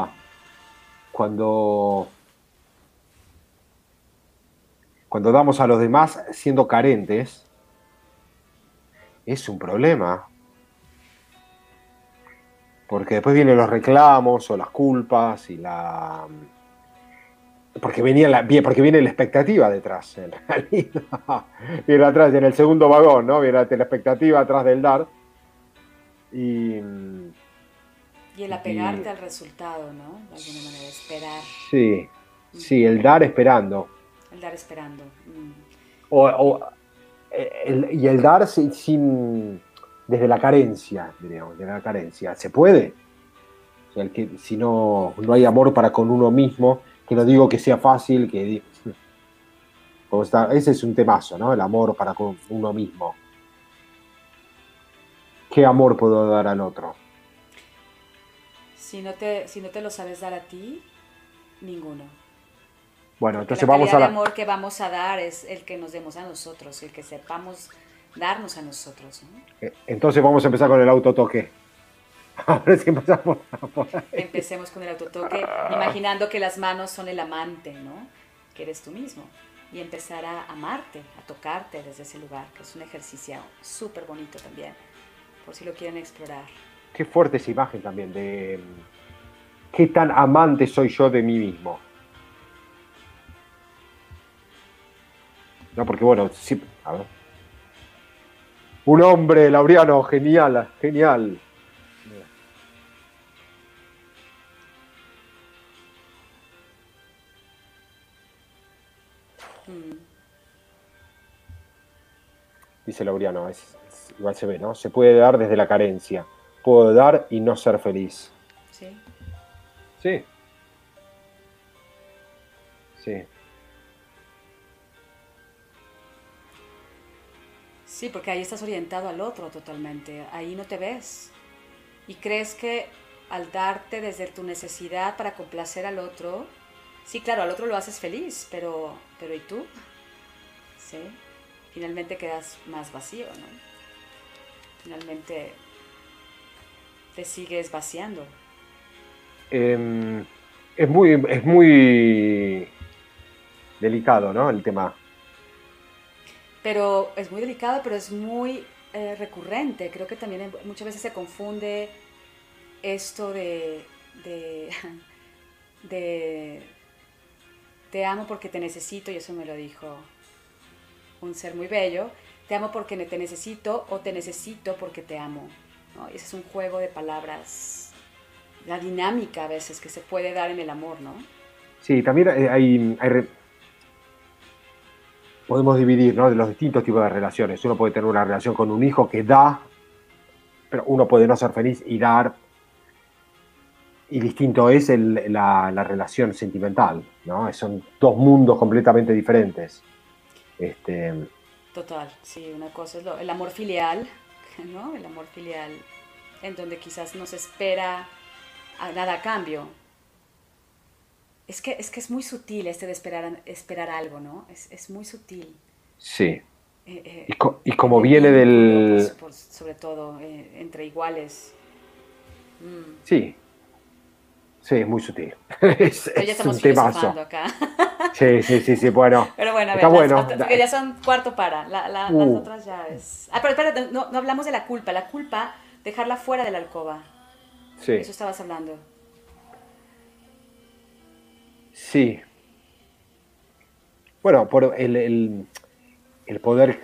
cuando, cuando damos a los demás siendo carentes, es un problema. Porque después vienen los reclamos o las culpas y porque porque viene la expectativa detrás, en realidad. Viene atrás, en el segundo vagón, ¿no? Viene la expectativa atrás del dar. Y el apegarte al resultado, ¿no? De alguna manera, esperar. Sí, sí, el dar esperando. El dar esperando. Y el dar desde la carencia, diríamos, desde la carencia. ¿Se puede? O sea, si no hay amor para con uno mismo, que no digo que sea fácil, ese es un temazo, ¿no? El amor para con uno mismo. ¿Qué amor puedo dar al otro? Si no te lo sabes dar a ti, ninguno. Bueno, entonces la vamos calidad a de amor que vamos a dar es el que nos demos a nosotros, el que sepamos darnos a nosotros, ¿no? Entonces vamos a empezar con el autotoque. Ahora sí empezamos por ahí. Empecemos con el autotoque, imaginando que las manos son el amante, ¿no? Que eres tú mismo. Y empezar a amarte, a tocarte desde ese lugar, que es un ejercicio súper bonito también, por si lo quieren explorar. Qué fuerte esa imagen también de qué tan amante soy yo de mí mismo. No, porque bueno, sí, a ver. Un hombre, Laureano, genial, genial. Dice Laureano, igual se ve, ¿no? Se puede dar desde la carencia. Puedo dar y no ser feliz. Sí. Sí. Sí. Sí, porque ahí estás orientado al otro totalmente, ahí no te ves. Y crees que al darte desde tu necesidad para complacer al otro, sí, claro, al otro lo haces feliz, pero ¿y tú? Sí, finalmente quedas más vacío, ¿no? Finalmente te sigues vaciando. Es muy delicado, ¿no? El tema. Pero es muy delicado, pero es muy recurrente. Creo que también muchas veces se confunde esto de, de te amo porque te necesito, y eso me lo dijo un ser muy bello. Te amo porque te necesito o te necesito porque te amo, ¿no? Y ese es un juego de palabras, la dinámica a veces que se puede dar en el amor, ¿no? Sí, también podemos dividir, ¿no? De los distintos tipos de relaciones. Uno puede tener una relación con un hijo que da, pero uno puede no ser feliz y dar. Y distinto es la relación sentimental, ¿no? Son dos mundos completamente diferentes. Total, sí, una cosa es el amor filial, ¿no? El amor filial, en donde quizás no se espera nada a cambio. Es que es muy sutil este de esperar algo, ¿no? Es muy sutil. Sí. Eh, Y en como el viene vínculo, del... sobre todo, entre iguales. Sí, sí, es muy sutil. Pero ya Es estamos un temazo. filosofando acá. Sí, bueno. Pero bueno, a Está ver, bueno. porque ya son cuarto para. Las otras ya es. Ah, pero espérate, no hablamos de la culpa. La culpa, dejarla fuera de la alcoba. Sí, Eso estabas hablando. sí. Bueno, por el poder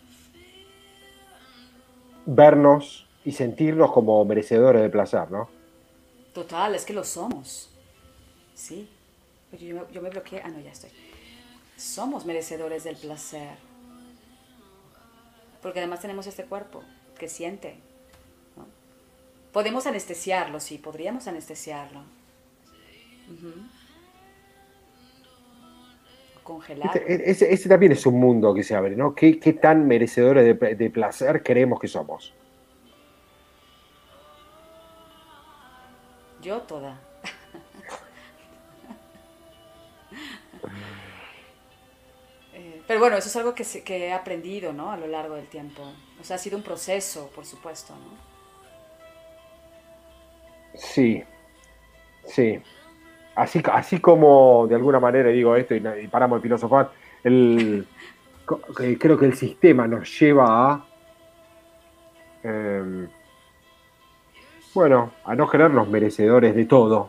vernos y sentirnos como merecedores de placer, ¿no? Total, es que lo somos. Sí. Pero yo me bloqueé. Ah, no, ya estoy. Somos merecedores del placer. Porque además tenemos este cuerpo que siente, ¿no? Podemos anestesiarlo, sí, podríamos anestesiarlo. Congelarlo. Ese también es un mundo que se abre, ¿no? ¿Qué tan merecedores de placer creemos que somos? Yo toda. Pero bueno, eso es algo que he aprendido, ¿no? A lo largo del tiempo. O sea, ha sido un proceso, por supuesto, ¿no? Sí, sí. Así como de alguna manera digo esto y paramos de filosofar, creo que el sistema nos lleva a, eh, bueno, a no creernos merecedores de todo,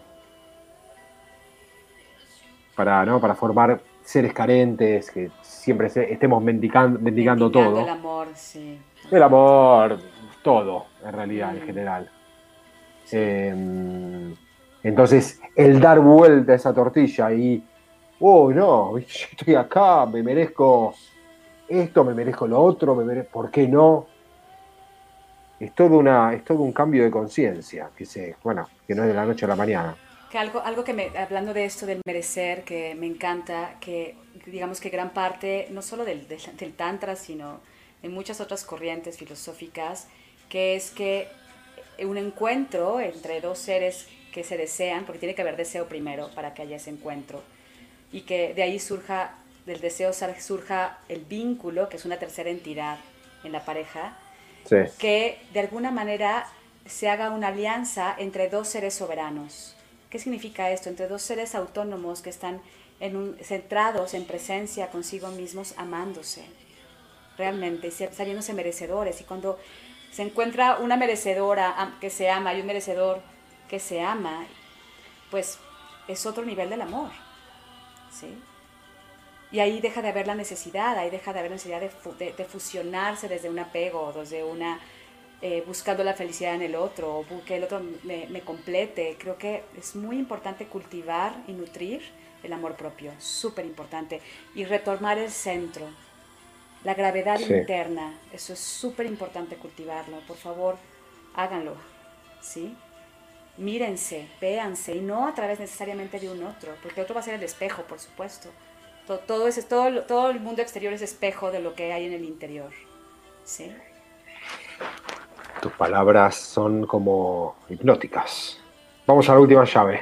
¿no? Para formar seres carentes, que siempre estemos mendigando Mendigando el todo. amor, sí. El amor, todo, en realidad, en general. Sí. Entonces, el dar vuelta a esa tortilla y, oh, no, yo estoy acá, me merezco esto, me merezco lo otro, ¿por qué no? Es todo un cambio de conciencia, que no es de la noche a la mañana. Que algo hablando de esto del merecer, que me encanta, que digamos que gran parte, no solo del Tantra, sino de muchas otras corrientes filosóficas, que es que un encuentro entre dos seres que se desean, porque tiene que haber deseo primero para que haya ese encuentro, y que de ahí del deseo surja el vínculo, que es una tercera entidad en la pareja, Sí. que de alguna manera se haga una alianza entre dos seres soberanos. ¿Qué significa esto? Entre dos seres autónomos que están centrados en presencia consigo mismos, amándose realmente, sabiéndose merecedores. Y cuando se encuentra una merecedora que se ama y un merecedor que se ama, pues es otro nivel del amor, ¿sí? Y ahí deja de haber la necesidad, de fusionarse desde un apego, o desde buscando la felicidad en el otro, o que el otro me complete. Creo que es muy importante cultivar y nutrir el amor propio, súper importante. Y retomar el centro, la gravedad interna, eso es súper importante cultivarlo. Por favor, háganlo, ¿sí? Mírense, véanse, y no a través necesariamente de un otro, porque el otro va a ser el espejo, por supuesto. Todo el mundo exterior es espejo de lo que hay en el interior, ¿sí? Tus palabras son como hipnóticas. Vamos a la última llave.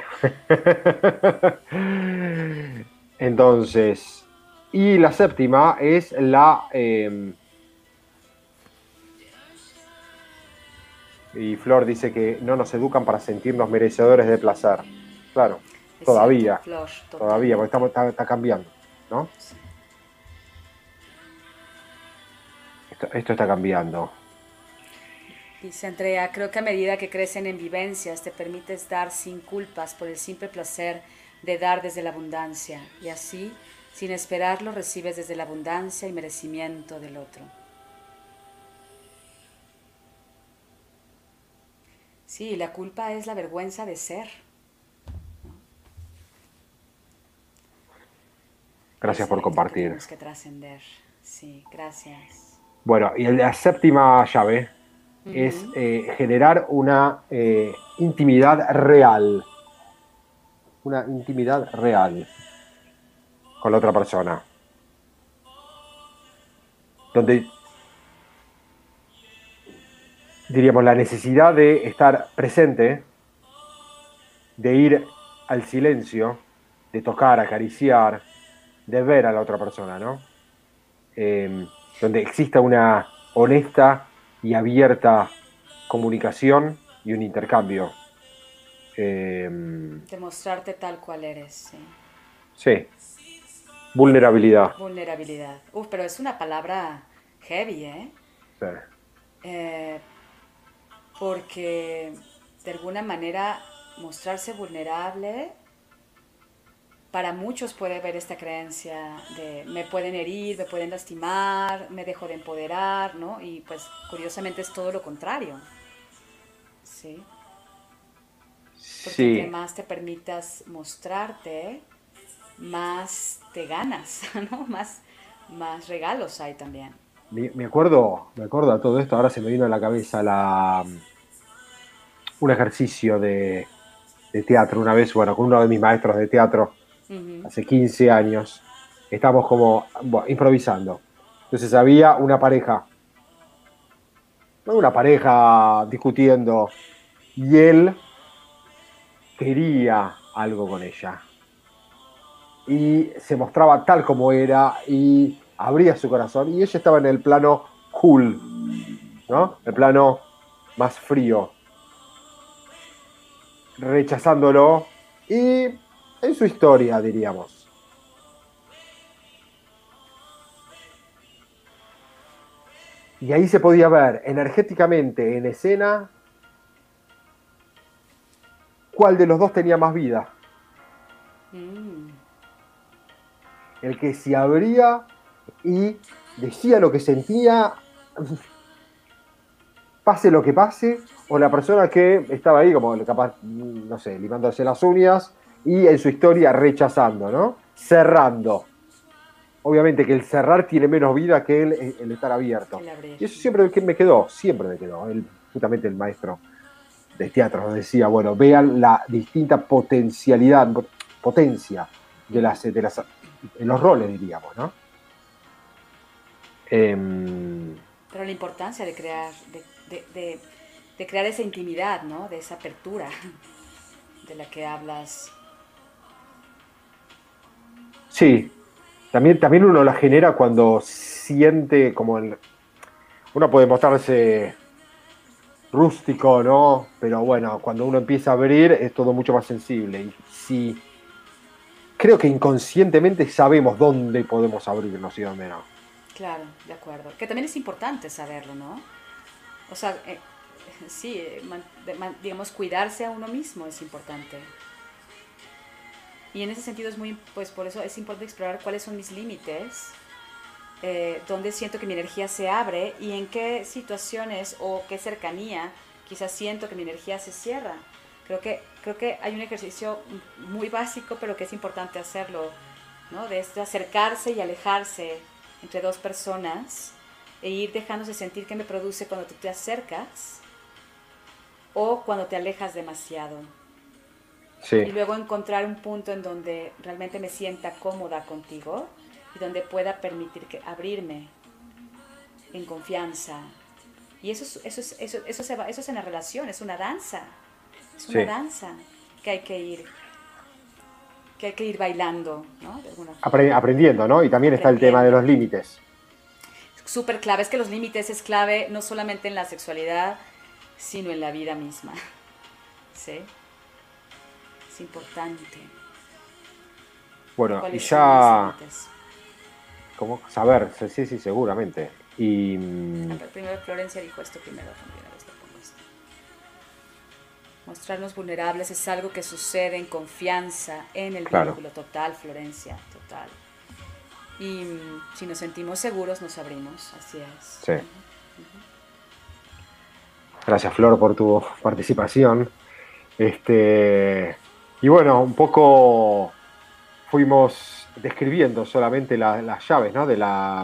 Entonces, y la séptima es y Flor dice que no nos educan para sentirnos merecedores de placer. Claro, Es todavía, cierto, Flor, todavía, totalmente. porque está cambiando. ¿no? Esto está cambiando. Dice Andrea, creo que a medida que crecen en vivencias te permites dar sin culpas por el simple placer de dar desde la abundancia y así, sin esperarlo, recibes desde la abundancia y merecimiento del otro. Sí, la culpa es la vergüenza de ser. Gracias por compartir. Tenemos que trascender. Sí, gracias. Bueno, y la séptima llave es generar una intimidad real. Una intimidad real con la otra persona. Donde, diríamos, la necesidad de estar presente, de ir al silencio, de tocar, acariciar, de ver a la otra persona, ¿no? Donde exista una honesta y abierta comunicación y un intercambio. Demostrarte tal cual eres, sí. Sí. Vulnerabilidad. Vulnerabilidad. Pero es una palabra heavy, ¿eh? Sí. Porque de alguna manera mostrarse vulnerable, para muchos puede haber esta creencia de me pueden herir, me pueden lastimar, me dejo de empoderar, ¿no? Y pues curiosamente es todo lo contrario, ¿sí? Porque entre más te permitas mostrarte, más te ganas, ¿no? Más regalos hay también. Me acuerdo a todo esto, ahora se me vino a la cabeza un ejercicio de teatro una vez, bueno, con uno de mis maestros de teatro, hace 15 años, estábamos como improvisando. Entonces había una pareja discutiendo y él quería algo con ella. Y se mostraba tal como era y abría su corazón y ella estaba en el plano cool, ¿no? El plano más frío, rechazándolo y en su historia, diríamos. Y ahí se podía ver energéticamente en escena cuál de los dos tenía más vida. El que se abría y decía lo que sentía, pase lo que pase, o la persona que estaba ahí como capaz, no sé, limándose las uñas y en su historia rechazando, ¿no? Cerrando. Obviamente que el cerrar tiene menos vida que el estar abierto. Y eso siempre me quedó. Justamente el maestro de teatro nos decía, bueno, vean la distinta potencia en los roles, diríamos, ¿no? Pero la importancia de crear, de crear esa intimidad, ¿no? De esa apertura de la que hablas. Sí, también uno la genera cuando siente como uno puede mostrarse rústico, ¿no? Pero bueno, cuando uno empieza a abrir es todo mucho más sensible. Y sí, creo que inconscientemente sabemos dónde podemos abrirnos y dónde no. Claro, de acuerdo. Que también es importante saberlo, ¿no? O sea, sí, digamos, cuidarse a uno mismo es importante. Y en ese sentido pues por eso es importante explorar cuáles son mis límites, dónde siento que mi energía se abre y en qué situaciones o qué cercanía quizás siento que mi energía se cierra. Creo que hay un ejercicio muy básico, pero que es importante hacerlo, ¿no? De acercarse y alejarse entre dos personas e ir dejándose sentir qué me produce cuando tú te acercas o cuando te alejas demasiado. Sí. Y luego encontrar un punto en donde realmente me sienta cómoda contigo y donde pueda permitir abrirme en confianza. Y eso es en la relación, es una danza. Es una danza que hay que ir bailando, ¿no? De alguna forma. Aprendiendo, ¿no? Y también está el tema de los límites. Súper clave, es que los límites es clave no solamente en la sexualidad, sino en la vida misma. ¿Sí? Es importante. Bueno, y ya ¿Cómo? Saber, sí, sí, seguramente. Y Primero Florencia dijo esto primero, también a vez te pongo esto. Mostrarnos vulnerables es algo que sucede en confianza, en el claro, vínculo total, Florencia, total. Y si nos sentimos seguros, nos abrimos, así es. sí. Gracias, Flor, por tu participación. Y bueno, un poco fuimos describiendo solamente las llaves, ¿no?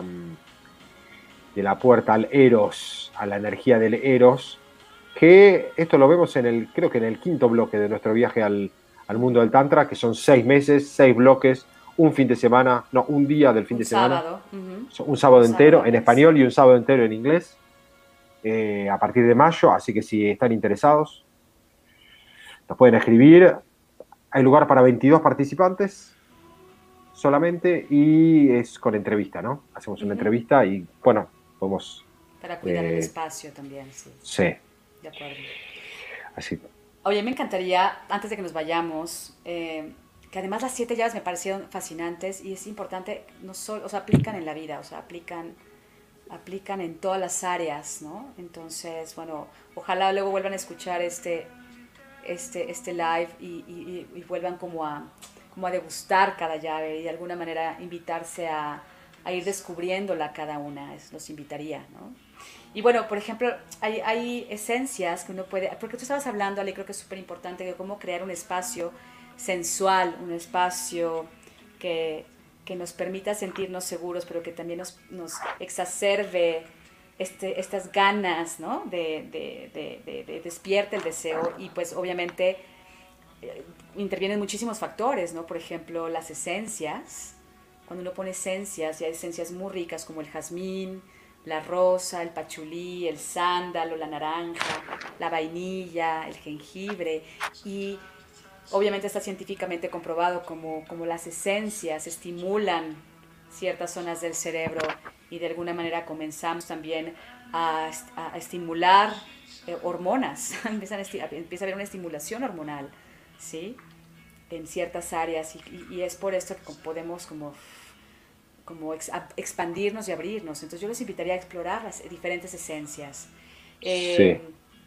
De la puerta al Eros, a la energía del Eros, que esto lo vemos creo que en el quinto bloque de nuestro viaje al mundo del Tantra, que son 6 meses, 6 bloques, un fin de semana, no, un día del fin Un de semana, sábado. un sábado Un sábado entero al en mes. español y un sábado entero en inglés, a partir de mayo, así que si están interesados, nos pueden escribir. Hay lugar para 22 participantes solamente y es con entrevista, ¿no? Hacemos una entrevista y, bueno, podemos... Para cuidar el espacio también, sí. Sí. De acuerdo. Así. Oye, me encantaría, antes de que nos vayamos, que además las 7 llaves me parecieron fascinantes y es importante, no solo, o sea, aplican en la vida, o sea, aplican en todas las áreas, ¿no? Entonces, bueno, ojalá luego vuelvan a escuchar este live y vuelvan como a degustar cada llave y de alguna manera invitarse a ir descubriéndola cada una, los invitaría, ¿no? Y bueno, por ejemplo, hay esencias que uno puede, porque tú estabas hablando, Ale, creo que es súper importante, de cómo crear un espacio sensual, un espacio que nos permita sentirnos seguros, pero que también nos exacerbe estas ganas, ¿no? De despierte el deseo y pues obviamente intervienen muchísimos factores, ¿no? Por ejemplo, las esencias. Cuando uno pone esencias, y hay esencias muy ricas como el jazmín, la rosa, el pachulí, el sándalo, la naranja, la vainilla, el jengibre y obviamente está científicamente comprobado como las esencias estimulan ciertas zonas del cerebro y de alguna manera comenzamos también a estimular hormonas, empieza a haber una estimulación hormonal, ¿sí? En ciertas áreas y es por esto que podemos como expandirnos y abrirnos. Entonces yo los invitaría a explorar las diferentes esencias. Sí.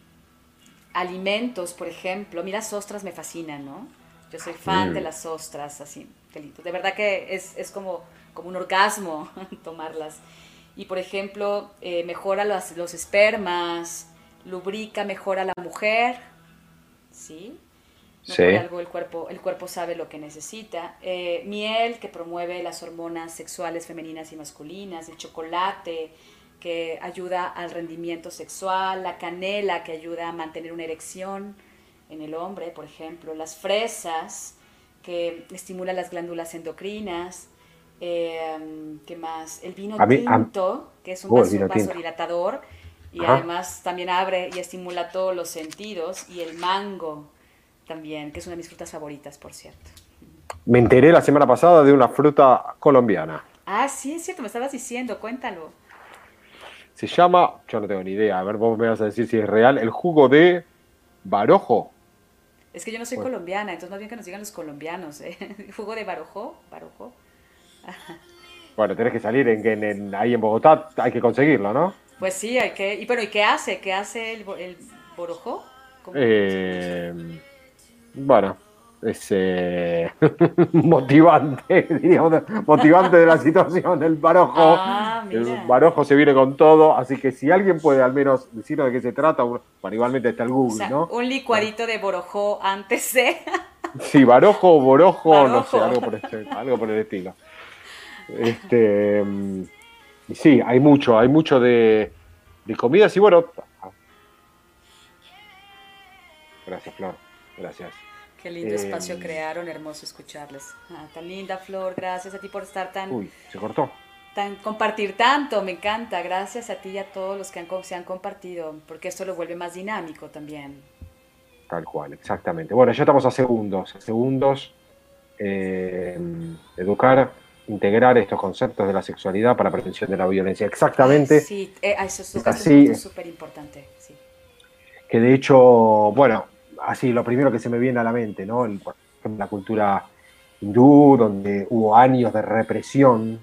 Alimentos, por ejemplo, a mí las ostras me fascinan, ¿no? Yo soy fan de las ostras, así, de verdad que es como un orgasmo tomarlas. Y por ejemplo, mejora los espermas, lubrica mejor a la mujer, ¿sí? No Sí. por algo el cuerpo sabe lo que necesita. Miel, que promueve las hormonas sexuales femeninas y masculinas. El chocolate, que ayuda al rendimiento sexual. La canela, que ayuda a mantener una erección en el hombre, por ejemplo. Las fresas, que estimulan las glándulas endocrinas. ¿Qué más? El vino tinto, que es un vasodilatador. Y Ajá. además también abre y estimula todos los sentidos. Y el mango también, que es una de mis frutas favoritas, por cierto. Me enteré la semana pasada de una fruta colombiana. Ah, sí, es cierto, me estabas diciendo, cuéntalo. Se llama, yo no tengo ni idea, a ver, vos me vas a decir si es real, el jugo de barojo. Es que yo no soy colombiana, entonces más bien que nos digan los colombianos. ¿Jugo de barojó? ¿Barojó? Bueno, tenés que salir ahí en Bogotá, hay que conseguirlo, ¿no? Pues sí, hay que... ¿Y qué hace? ¿Qué hace el borojó? Bueno, es motivante, diríamos, motivante de la situación, el barojo. Ah, El mira. barojo se viene con todo, así que si alguien puede al menos decirnos de qué se trata, bueno, igualmente está el O Google, sea, ¿no? un licuadito de borojó antes de... Sí, barojo o borojo, no sé, Barojo. algo por el estilo. Y sí, hay mucho de comidas y bueno. Gracias, Flor. Gracias. Qué lindo espacio crearon, hermoso escucharles. Ah, tan linda, Flor, gracias a ti por estar Uy, se cortó. compartir tanto, me encanta. Gracias a ti y a todos los que se han compartido, porque esto lo vuelve más dinámico también. Tal cual, exactamente. Bueno, ya estamos a segundos. Educar, integrar estos conceptos de la sexualidad para prevención de la violencia. Exactamente. Sí, eso es así, súper importante. Sí. Que de hecho, bueno, así lo primero que se me viene a la mente, ¿no? La cultura hindú, donde hubo años de represión,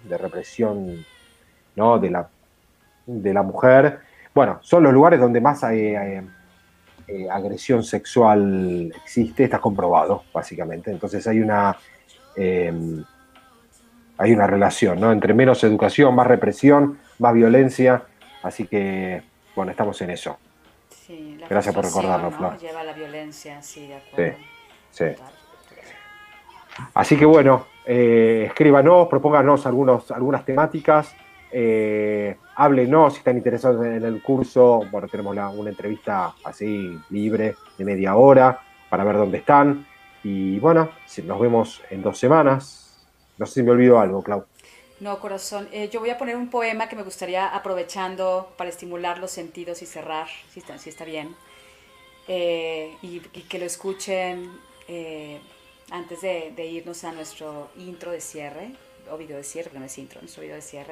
¿no? De la mujer. Bueno, son los lugares donde más agresión sexual existe, está comprobado, básicamente. Entonces eh, hay una relación, ¿no? Entre menos educación, más represión, más violencia. Así que, bueno, estamos en eso. Sí, la Gracias por frustración, recordarlo, ¿no? Flor. Lleva a la violencia, sí, de Sí, acuerdo. sí. Total, total. Así que bueno, escríbanos, propónganos algunas temáticas, háblenos si están interesados en el curso. Bueno, tenemos una entrevista así libre de media hora para ver dónde están. Y bueno, nos vemos en 2 semanas. No sé si me olvido algo, Clau. No, corazón, yo voy a poner un poema que me gustaría, aprovechando para estimular los sentidos y cerrar, si está bien, y que lo escuchen antes de irnos a nuestro intro de cierre, o video de cierre, porque no es intro, nuestro video de cierre.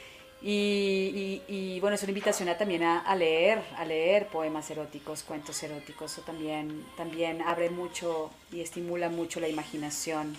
Y bueno, es una invitación también a leer poemas eróticos, cuentos eróticos. Eso también abre mucho y estimula mucho la imaginación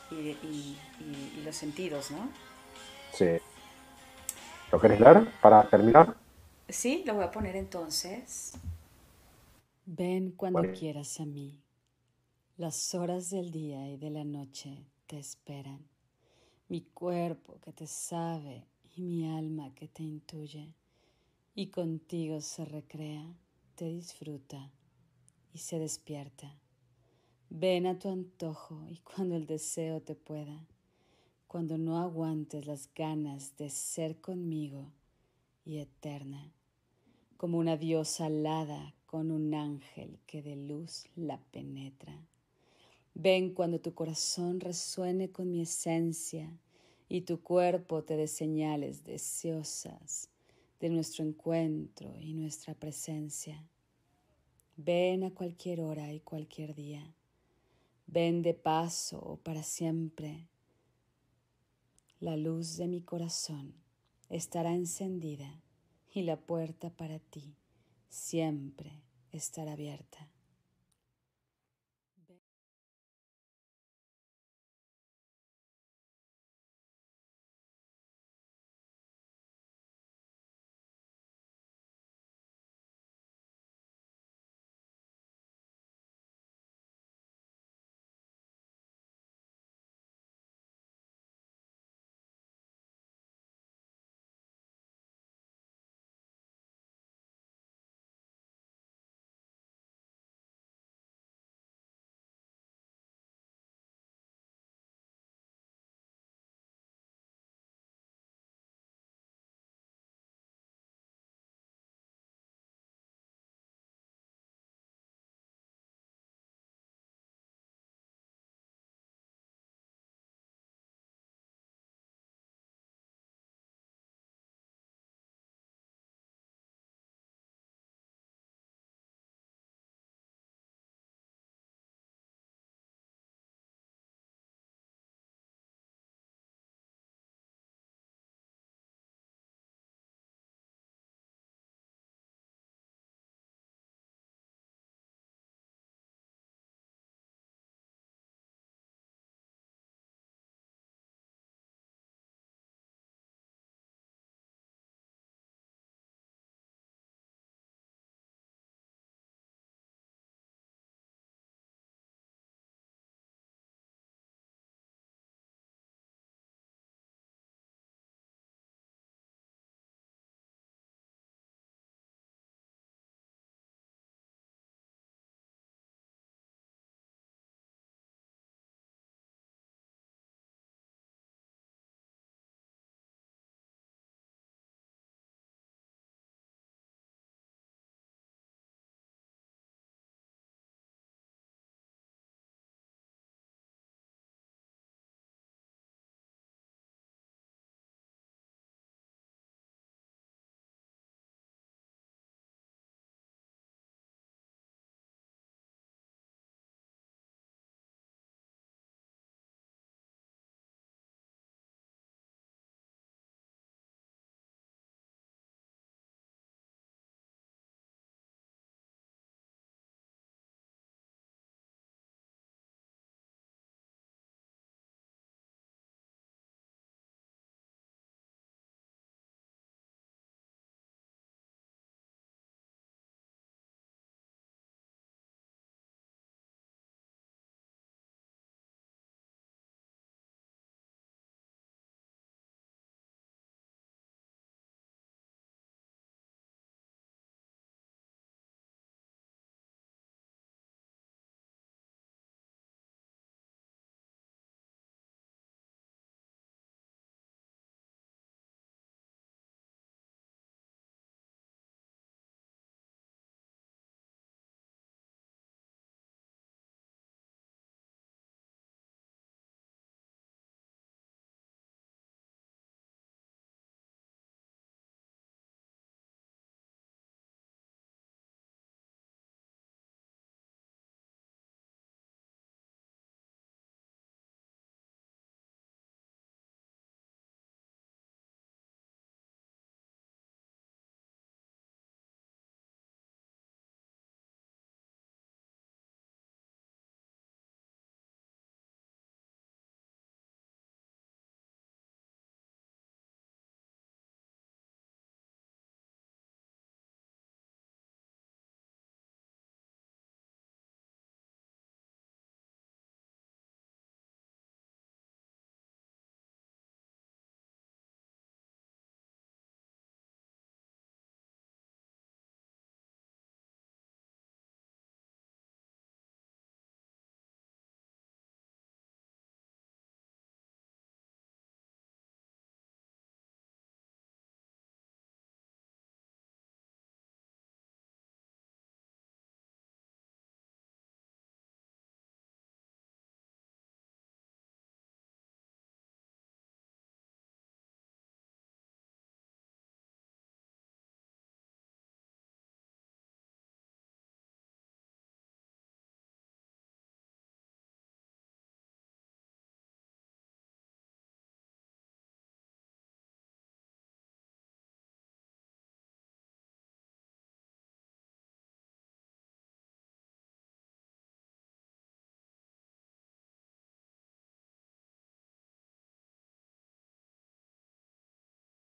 y los sentidos, ¿no? Sí. ¿Lo querés leer para terminar? Sí, lo voy a poner entonces. Ven cuando Bueno, quieras a mí. Las horas del día y de la noche te esperan. Mi cuerpo que te sabe y mi alma que te intuye. Y contigo se recrea, te disfruta y se despierta. Ven a tu antojo y cuando el deseo te pueda, cuando no aguantes las ganas de ser conmigo y eterna, como una diosa alada con un ángel que de luz la penetra. Ven cuando tu corazón resuene con mi esencia y tu cuerpo te dé señales deseosas de nuestro encuentro y nuestra presencia. Ven a cualquier hora y cualquier día. Ven de paso o para siempre. La luz de mi corazón estará encendida y la puerta para ti siempre estará abierta.